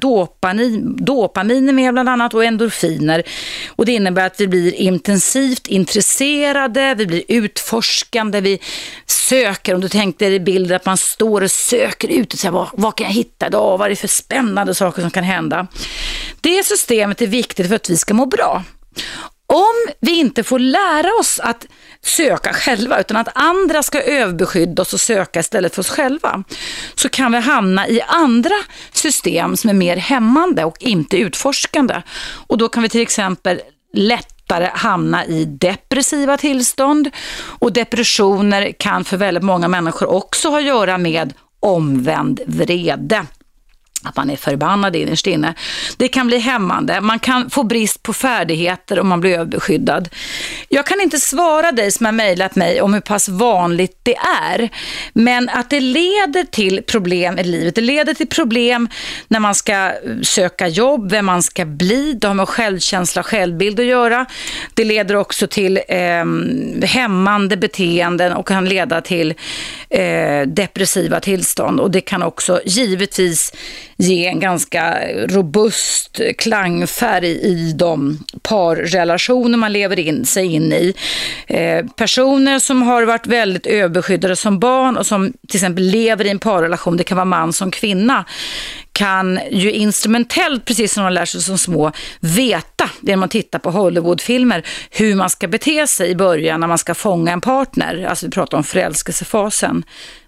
Dopamin är med bland annat, och endorfiner. Och det innebär att vi blir intensivt intresserade, vi blir utforskande, vi söker. Om du tänkte i bilder att man står och söker ut och säger, vad kan jag hitta idag? Vad är det för spännande saker som kan hända? Det systemet är viktigt för att vi ska må bra. Om vi inte får lära oss att söka själva, utan att andra ska överbeskydda oss och söka istället för oss själva, så kan vi hamna i andra system som är mer hämmande och inte utforskande. Och då kan vi till exempel lättare hamna i depressiva tillstånd, och depressioner kan för väldigt många människor också ha att göra med omvänd vrede. Att man är förbannad innerst inne. Det kan bli hämmande. Man kan få brist på färdigheter om man blir överbeskyddad. Jag kan inte svara dig som har mejlat mig om hur pass vanligt det är. Men att det leder till problem i livet. Det leder till problem när man ska söka jobb, vem man ska bli. Det har med självkänsla och självbild att göra. Det leder också till hämmande beteenden och kan leda till depressiva tillstånd. Och det kan också givetvis ge en ganska robust klangfärg i de parrelationer man lever sig in i. Personer som har varit väldigt överbeskyddade som barn och som till exempel lever i en parrelation, det kan vara man som kvinna, kan ju instrumentellt, precis som de lär sig som små, veta, när man tittar på Hollywoodfilmer, hur man ska bete sig i början när man ska fånga en partner. Alltså vi pratar om förälskelsefasen.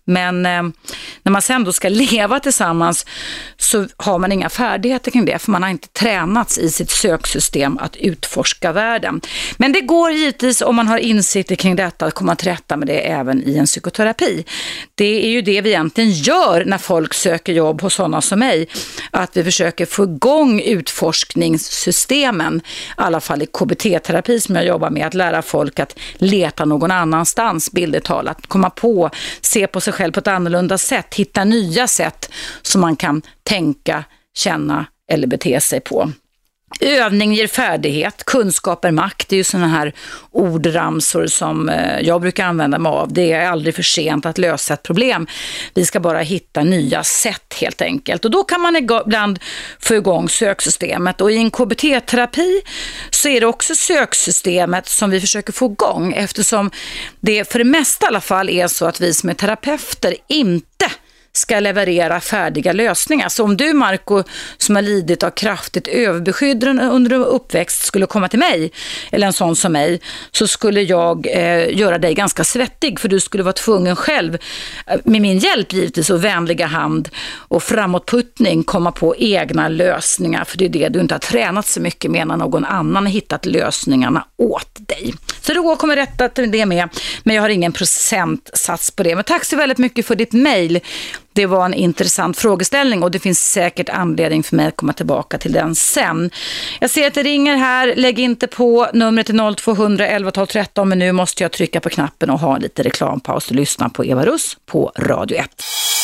Men när man sen då ska leva tillsammans så har man inga färdigheter kring det, för man har inte tränats i sitt söksystem att utforska världen. Men det går givetvis, om man har insikter kring detta, att komma till rätta med det även i en psykoterapi. Det är ju det vi egentligen gör när folk söker jobb hos sådana som mig, att vi försöker få igång utforskningssystemen, i alla fall i KBT-terapi som jag jobbar med, att lära folk att leta någon annanstans, bildligt talat, att komma på, se på sig själv på ett annorlunda sätt, hitta nya sätt som man kan tänka, känna eller bete sig på. Övning ger färdighet, kunskap är makt, det är ju sådana här ordramsor som jag brukar använda mig av. Det är aldrig för sent att lösa ett problem. Vi ska bara hitta nya sätt helt enkelt. Och då kan man ibland få igång söksystemet. Och i en KBT-terapi så är det också söksystemet som vi försöker få igång, eftersom det för det mesta i alla fall är så att vi som är terapeuter inte ska leverera färdiga lösningar. Så om du, Marco, som har lidit av kraftigt överbeskydd under uppväxt, skulle komma till mig, eller en sån som mig, så skulle jag göra dig ganska svettig, för du skulle vara tvungen själv, med min hjälp givetvis och vänliga hand och framåtputtning, komma på egna lösningar, för det är det du inte har tränat så mycket med när någon annan har hittat lösningarna åt dig. Så då kommer rätta till det med, men jag har ingen procentsats på det. Men tack så väldigt mycket för ditt mejl. Det var en intressant frågeställning och det finns säkert anledning för mig att komma tillbaka till den sen. Jag ser att det ringer här. Lägg inte på numret till 0200 11 12 13, men nu måste jag trycka på knappen och ha lite reklampaus och lyssna på Eva Russ på Radio 1.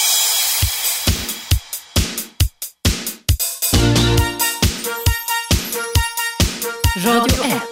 Radio 1.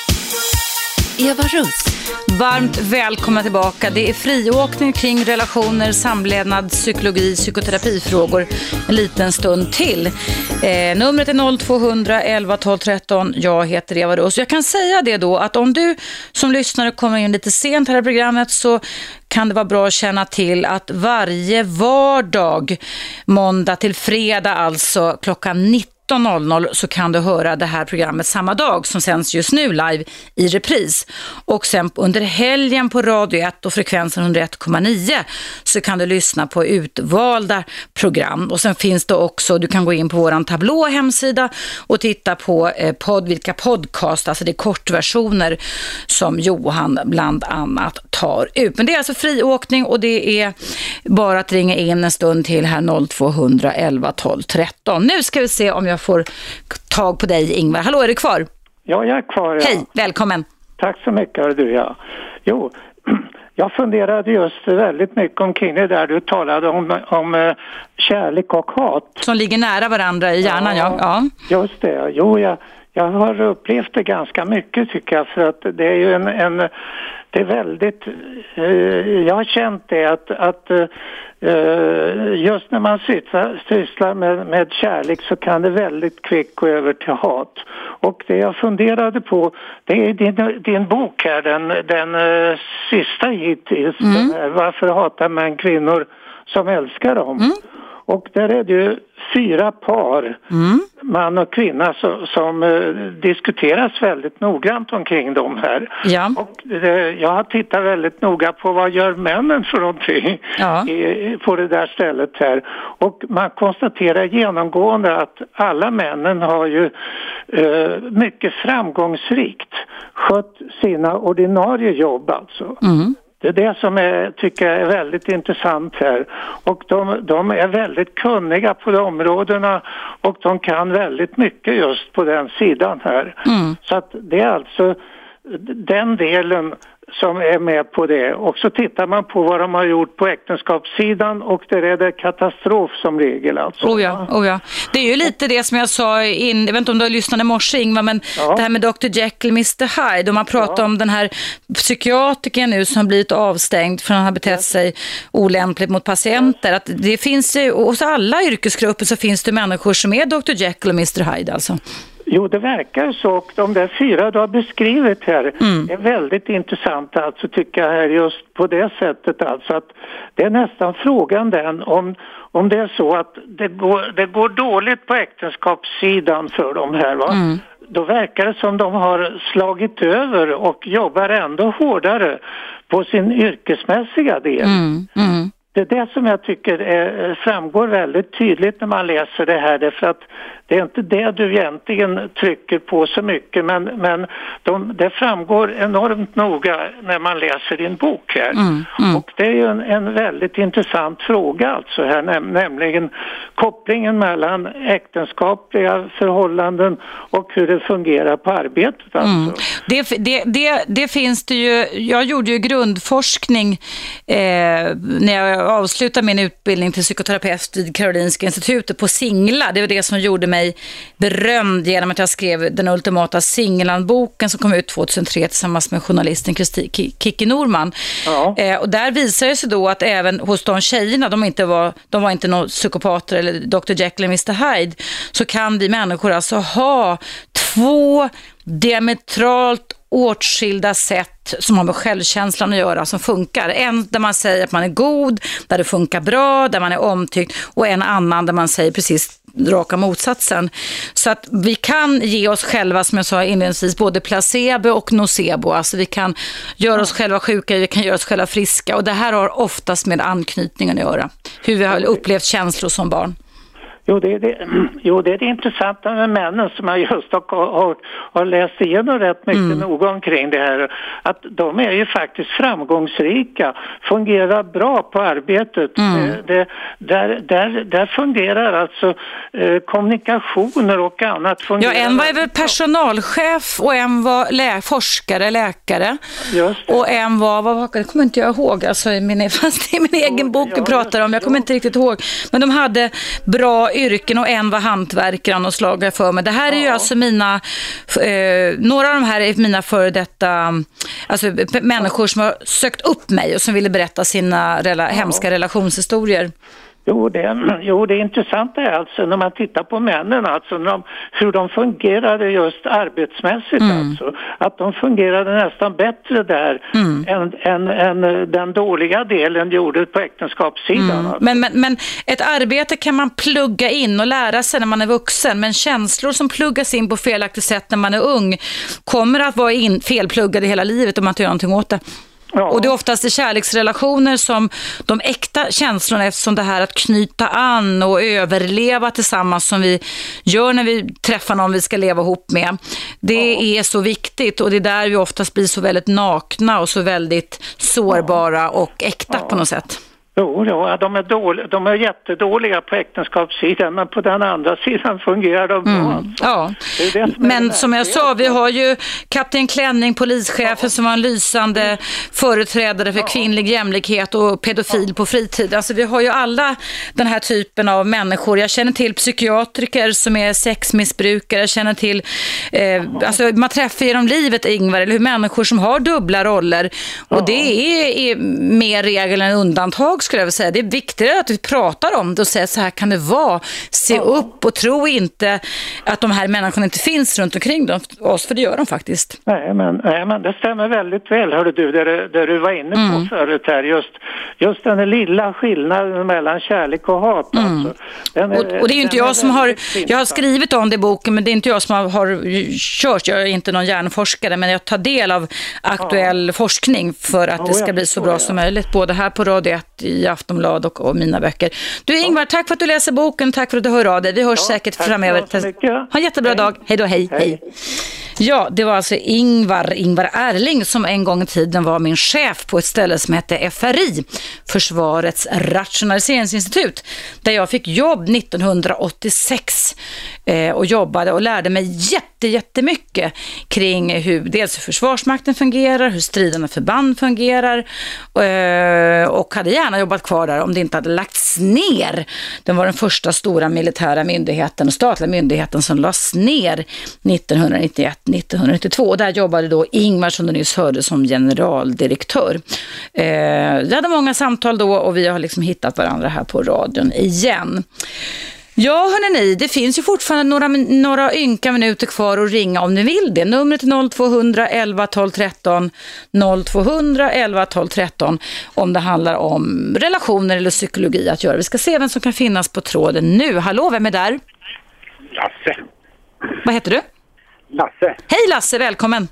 Eva Russ. Varmt välkomna tillbaka. Det är friåkning kring relationer, samlevnad, psykologi, psykoterapifrågor en liten stund till. Numret är 0200 11 12 13. Jag heter Eva Russ. Jag kan säga det då, att om du som lyssnare kommer in lite sent här i programmet, så kan det vara bra att känna till att varje vardag, måndag till fredag, alltså klockan 19.00, så kan du höra det här programmet samma dag som sänds just nu live i repris. Och sen under helgen på Radio 1 och frekvensen 101,9 så kan du lyssna på utvalda program. Och sen finns det också, du kan gå in på våran tablå hemsida och titta på vilka podcast, alltså det är kortversioner som Johan bland annat tar ut. Men det är alltså friåkning och det är bara att ringa in en stund till här 0200 11 12 13. Nu ska vi se om jag får tag på dig, Ingvar. Hallå, är du kvar? Ja, jag är kvar. Ja. Hej, välkommen. Tack så mycket, du. Ja. Jo, jag funderade just väldigt mycket omkring det där du talade om kärlek och hat. Som ligger nära varandra i hjärnan, ja. Just det. Jo, jag har upplevt det ganska mycket, tycker jag, för att det är ju det är väldigt, jag har känt det att just när man sysslar med kärlek så kan det väldigt kvickt gå över till hat. Och det jag funderade på, det är din bok här, den sista hittills, varför hatar man kvinnor som älskar dem? Och där är det ju 4 par, man och kvinna, som diskuteras väldigt noggrant omkring dem här. Ja. Och jag har tittat väldigt noga på vad gör männen för någonting på det där stället här. Och man konstaterar genomgående att alla männen har ju mycket framgångsrikt skött sina ordinarie jobb alltså. Det är det som tycker jag är väldigt intressant här. Och de är väldigt kunniga på de områdena och de kan väldigt mycket just på den sidan här. Så att det är alltså den delen som är med på det. Och så tittar man på vad de har gjort på äktenskapssidan och där är det katastrof som regel alltså. Oh ja. Det är ju lite det som jag sa jag vet inte om du har lyssnat i morse, Ingvar, men det här med Dr. Jekyll och Mr. Hyde, och man pratar om den här psykiatriken nu som blivit avstängd för att han har betett sig olämpligt mot patienter. Att det finns ju, hos alla yrkesgrupper så finns det människor som är Dr. Jekyll och Mr. Hyde alltså. Jo, det verkar så, och de där 4 du har beskrivit här är väldigt intressant alltså, tycker jag, här just på det sättet alltså, att det är nästan frågan den om det är så att det går dåligt på äktenskapssidan för dem här, va? Då verkar det som de har slagit över och jobbar ändå hårdare på sin yrkesmässiga del. Det är det som jag tycker framgår väldigt tydligt när man läser det här, därför att det är inte det du egentligen trycker på så mycket, men det framgår enormt noga när man läser din bok här. Och det är ju en väldigt intressant fråga alltså här, nämligen kopplingen mellan äktenskapliga förhållanden och hur det fungerar på arbetet alltså. Det finns det ju. Jag gjorde ju grundforskning när jag avslutade min utbildning till psykoterapeut vid Karolinska institutet på singlar. Det var det som gjorde mig berömd genom att jag skrev den ultimata singlandboken som kom ut 2003 tillsammans med journalisten Kikki Norman. Ja. Och där visar det sig då att även hos de tjejerna, de var inte några psykopater eller Dr. Jekyll och Mr. Hyde, så kan vi människor alltså ha två diametralt åtskilda sätt som har med självkänslan att göra som funkar. En där man säger att man är god, där det funkar bra, där man är omtyckt, och en annan där man säger precis raka motsatsen. Så att vi kan ge oss själva, som jag sa inledningsvis, både placebo och nocebo. Alltså vi kan göra oss själva sjuka, vi kan göra oss själva friska, och det här har oftast med anknytningen att göra. Hur vi har upplevt känslor som barn. Jo, det är det intressanta med männen som jag just har läst igenom rätt mycket noga omkring det här. Att de är ju faktiskt framgångsrika, fungerar bra på arbetet. Där fungerar alltså kommunikationer och annat. Ja, en var väl personalchef och en var forskare, läkare. Just det. Och en var det kommer inte jag ihåg. Alltså, fast i min egen bok du pratar om, jag kommer inte riktigt ihåg. Men de hade bra yrken och en var hantverkare och slagare för mig. Det här är ju alltså några av de här är mina före detta människor som har sökt upp mig och som ville berätta sina hemska relationshistorier. Jo, det intressanta är alltså när man tittar på männen, alltså hur de fungerade just arbetsmässigt, alltså att de fungerade nästan bättre där än den dåliga delen gjorde på äktenskapssidan. Alltså. Men ett arbete kan man plugga in och lära sig när man är vuxen, men känslor som pluggas in på felaktigt sätt när man är ung kommer att vara felpluggade hela livet om man inte gör någonting åt det. Ja. Och det är oftast i kärleksrelationer som de äkta känslorna, eftersom det här att knyta an och överleva tillsammans som vi gör när vi träffar någon vi ska leva ihop med, det är så viktigt, och det är där vi oftast blir så väldigt nakna och så väldigt sårbara och äkta på något sätt. Jo, de är jättedåliga på äktenskapssidan, men på den andra sidan fungerar de bra. Alltså. Ja, men som jag sa, vi har ju Kapten Klänning, polischefen, som var en lysande företrädare för kvinnlig jämlikhet och pedofil på fritid. Alltså vi har ju alla den här typen av människor. Jag känner till psykiatriker som är sexmissbrukare, jag känner till alltså man träffar genom livet, Ingvar, eller hur människor som har dubbla roller, och det är mer regel än undantag, skulle jag vilja säga. Det är viktigare att vi pratar om det och säger så här kan det vara. Se upp och tro inte att de här människorna inte finns runt omkring oss, för det gör de faktiskt. Nej, men det stämmer väldigt väl, hörde du, där du var inne på förut här. Just den lilla skillnaden mellan kärlek och hat. Alltså. Och det är ju inte jag som har skrivit om det i boken, men det är inte jag som har kört. Jag är inte någon hjärnforskare, men jag tar del av aktuell forskning för att det ska bli så bra som möjligt, både här på Radio 1, i Aftonblad och mina böcker. Du Ingvar, tack för att du läser boken, tack för att du hör av dig. Vi hörs säkert framöver. Ha en jättebra dag. Hej då, hej. Ja, det var alltså Ingvar Erling som en gång i tiden var min chef på ett ställe som hette FRI, Försvarets rationaliseringsinstitut, där jag fick jobb 1986 och jobbade och lärde mig jättemycket kring hur dels hur Försvarsmakten fungerar, hur stridande förband fungerar, och hade gärna jobbat kvar där om det inte hade lagts ner. Den var den första stora militära myndigheten och statliga myndigheten som lades ner 1991-1992, och där jobbade då Ingvar, som du nyss hörde, som generaldirektör. Vi hade många samtal då, och vi har liksom hittat varandra här på radion igen. Ja, hörrni, det finns ju fortfarande några ynka minuter kvar att ringa om ni vill det. Numret är 0200 11 12 13, 0200 11 12 13, om det handlar om relationer eller psykologi att göra. Vi ska se vem som kan finnas på tråden nu. Hallå, vem är där? Lasse. Vad heter du? Lasse. Hej Lasse, välkommen.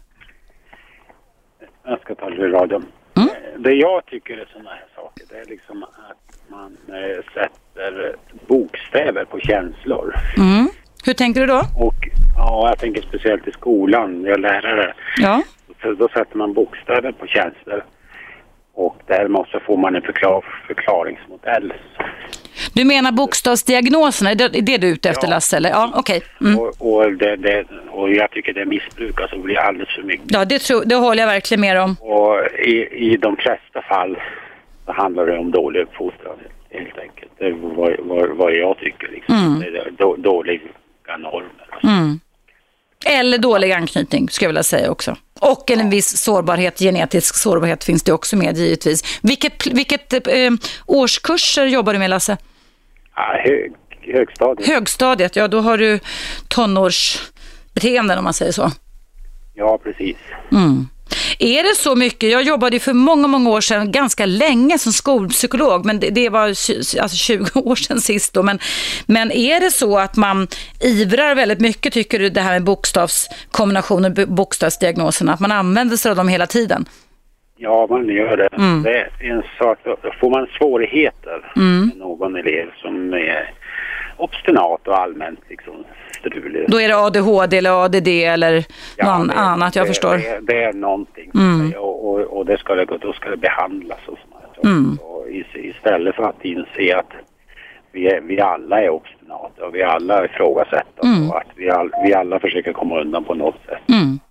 Jag ska ta det i radion. Det jag tycker är såna här saker, det är liksom att man sätter bokstäver på känslor. Hur tänker du då? Och ja, jag tänker speciellt i skolan, jag är lärare. Ja. Så då sätter man bokstäver på känslor. Och där får man en förklaringsmodell. Du menar bokstavsdiagnoserna? Är det du är ute efter, Lasse? Eller? Ja, okej. Och jag tycker det missbrukas och blir alldeles för mycket. Ja, det håller jag verkligen med om. Och i de flesta fall så handlar det om dålig uppfostran, helt enkelt. Det är vad jag tycker. Liksom. Det är dåliga normer. Eller dålig anknytning, skulle jag vilja säga också. Och en viss sårbarhet, genetisk sårbarhet finns det också med, givetvis. Vilket årskurser jobbar du med, Lasse? Ja, högstadiet. Högstadiet, ja, då har du tonårsbeteenden, om man säger så. Ja, precis. Är det så mycket? Jag jobbade ju för många år sedan, ganska länge som skolpsykolog, men det var alltså 20 år sedan sist då. Men är det så att man ivrar väldigt mycket, tycker du, det här med bokstavskombinationer, bokstavsdiagnoserna, att man använder sig av dem hela tiden? Ja, man gör det. Det är en sak, får man svårigheter med någon elev som är obstinat och allmänt liksom strulig. Då är det ADHD eller ADD eller någon annat, jag förstår. Det är någonting. Och då ska det behandlas och och istället för att inse att vi alla är obstinata och vi alla ifrågasätter och att vi alla försöker komma undan på något sätt.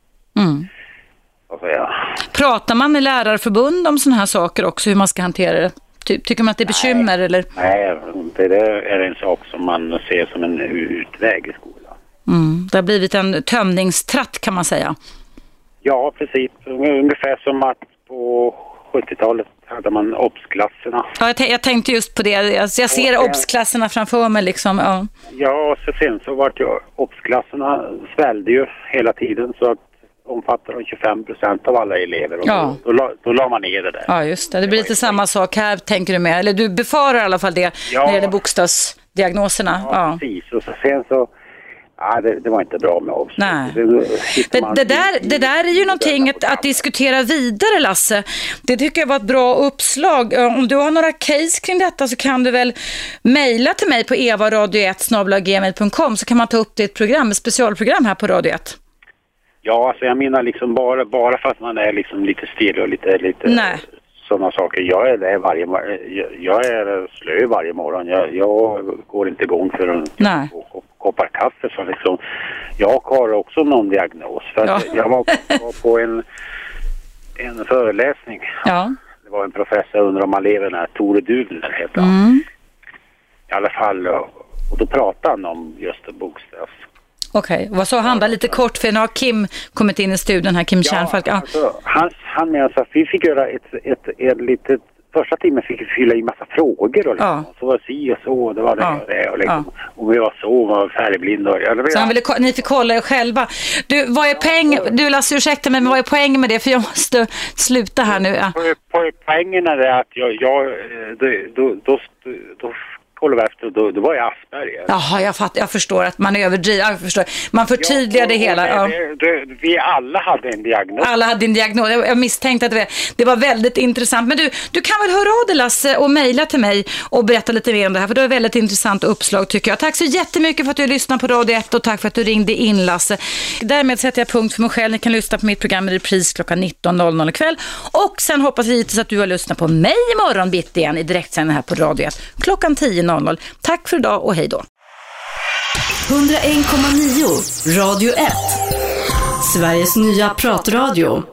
Pratar man i lärarförbund om såna här saker också, hur man ska hantera det? Tycker man att det är bekymmer? Eller? Nej, det är en sak som man ser som en utväg i skolan. Det har blivit en tömningstratt, kan man säga. Ja, precis. Ungefär som att på 70-talet hade man obsklasserna. Ja, jag tänkte just på det. Jag ser obsklasserna framför mig liksom. Ja, så sen så var det obsklasserna svällde ju hela tiden, så att omfattar de 25% av alla elever. Och då la man ner det där. Ja, just det. Det blir lite samma sak här, tänker du med. Eller du befarar i alla fall det när det gäller bokstavsdiagnoserna. Ja, precis. Och så sen så det var inte bra med oss. Nej. Det där är ju någonting att diskutera vidare, Lasse. Det tycker jag var ett bra uppslag. Om du har några case kring detta så kan du väl mejla till mig på evaradio1@gmail.com, så kan man ta upp det i ett program, ett specialprogram här på Radio 1. Ja, alltså jag menar liksom bara för att man är liksom lite still och lite sådana saker. Jag är slö varje morgon. Jag går inte igång för en koppar kaffe. Så liksom, jag har också någon diagnos. För jag var på en föreläsning. Ja. Det var en professor, undrar om man lever när Tore Duvner heter han. I alla fall. Och då pratade han om just bokstavs. Okej, vad så han lite kort, för nu har Kim kommit in i studion här, Kim Kärnfalk. Alltså, han menar så att vi fick göra ett litet, första timmen fick vi fylla i massa frågor och liksom, så var det si och så, det var det och det och liksom, och vi var så, var färgblinda och ni fick kolla er själva. Du, vad är du Lasse, ursäkta mig, men vad är poängen med det, för jag måste sluta här nu. Poängen är det att då kollade efter, då var jag Asperger. Jaha, jag förstår att man överdriver. Jag förstår. Man förtydligar det hela. Vi alla hade en diagnos. Alla hade en diagnos. Jag misstänkte att det var väldigt intressant. Men du kan väl höra av dig, Lasse, och mejla till mig och berätta lite mer om det här, för det är väldigt intressant uppslag, tycker jag. Tack så jättemycket för att du lyssnade på Radio 1 och tack för att du ringde in, Lasse. Därmed sätter jag punkt för mig själv. Ni kan lyssna på mitt program i repris klockan 19.00 ikväll. Och sen hoppas jag givetvis att du har lyssnat på mig imorgon bitti igen i direktsändning här på Radio 1 klockan 10.00. Tack för idag och hej då. 101,9 Radio 1. Sveriges nya pratradio.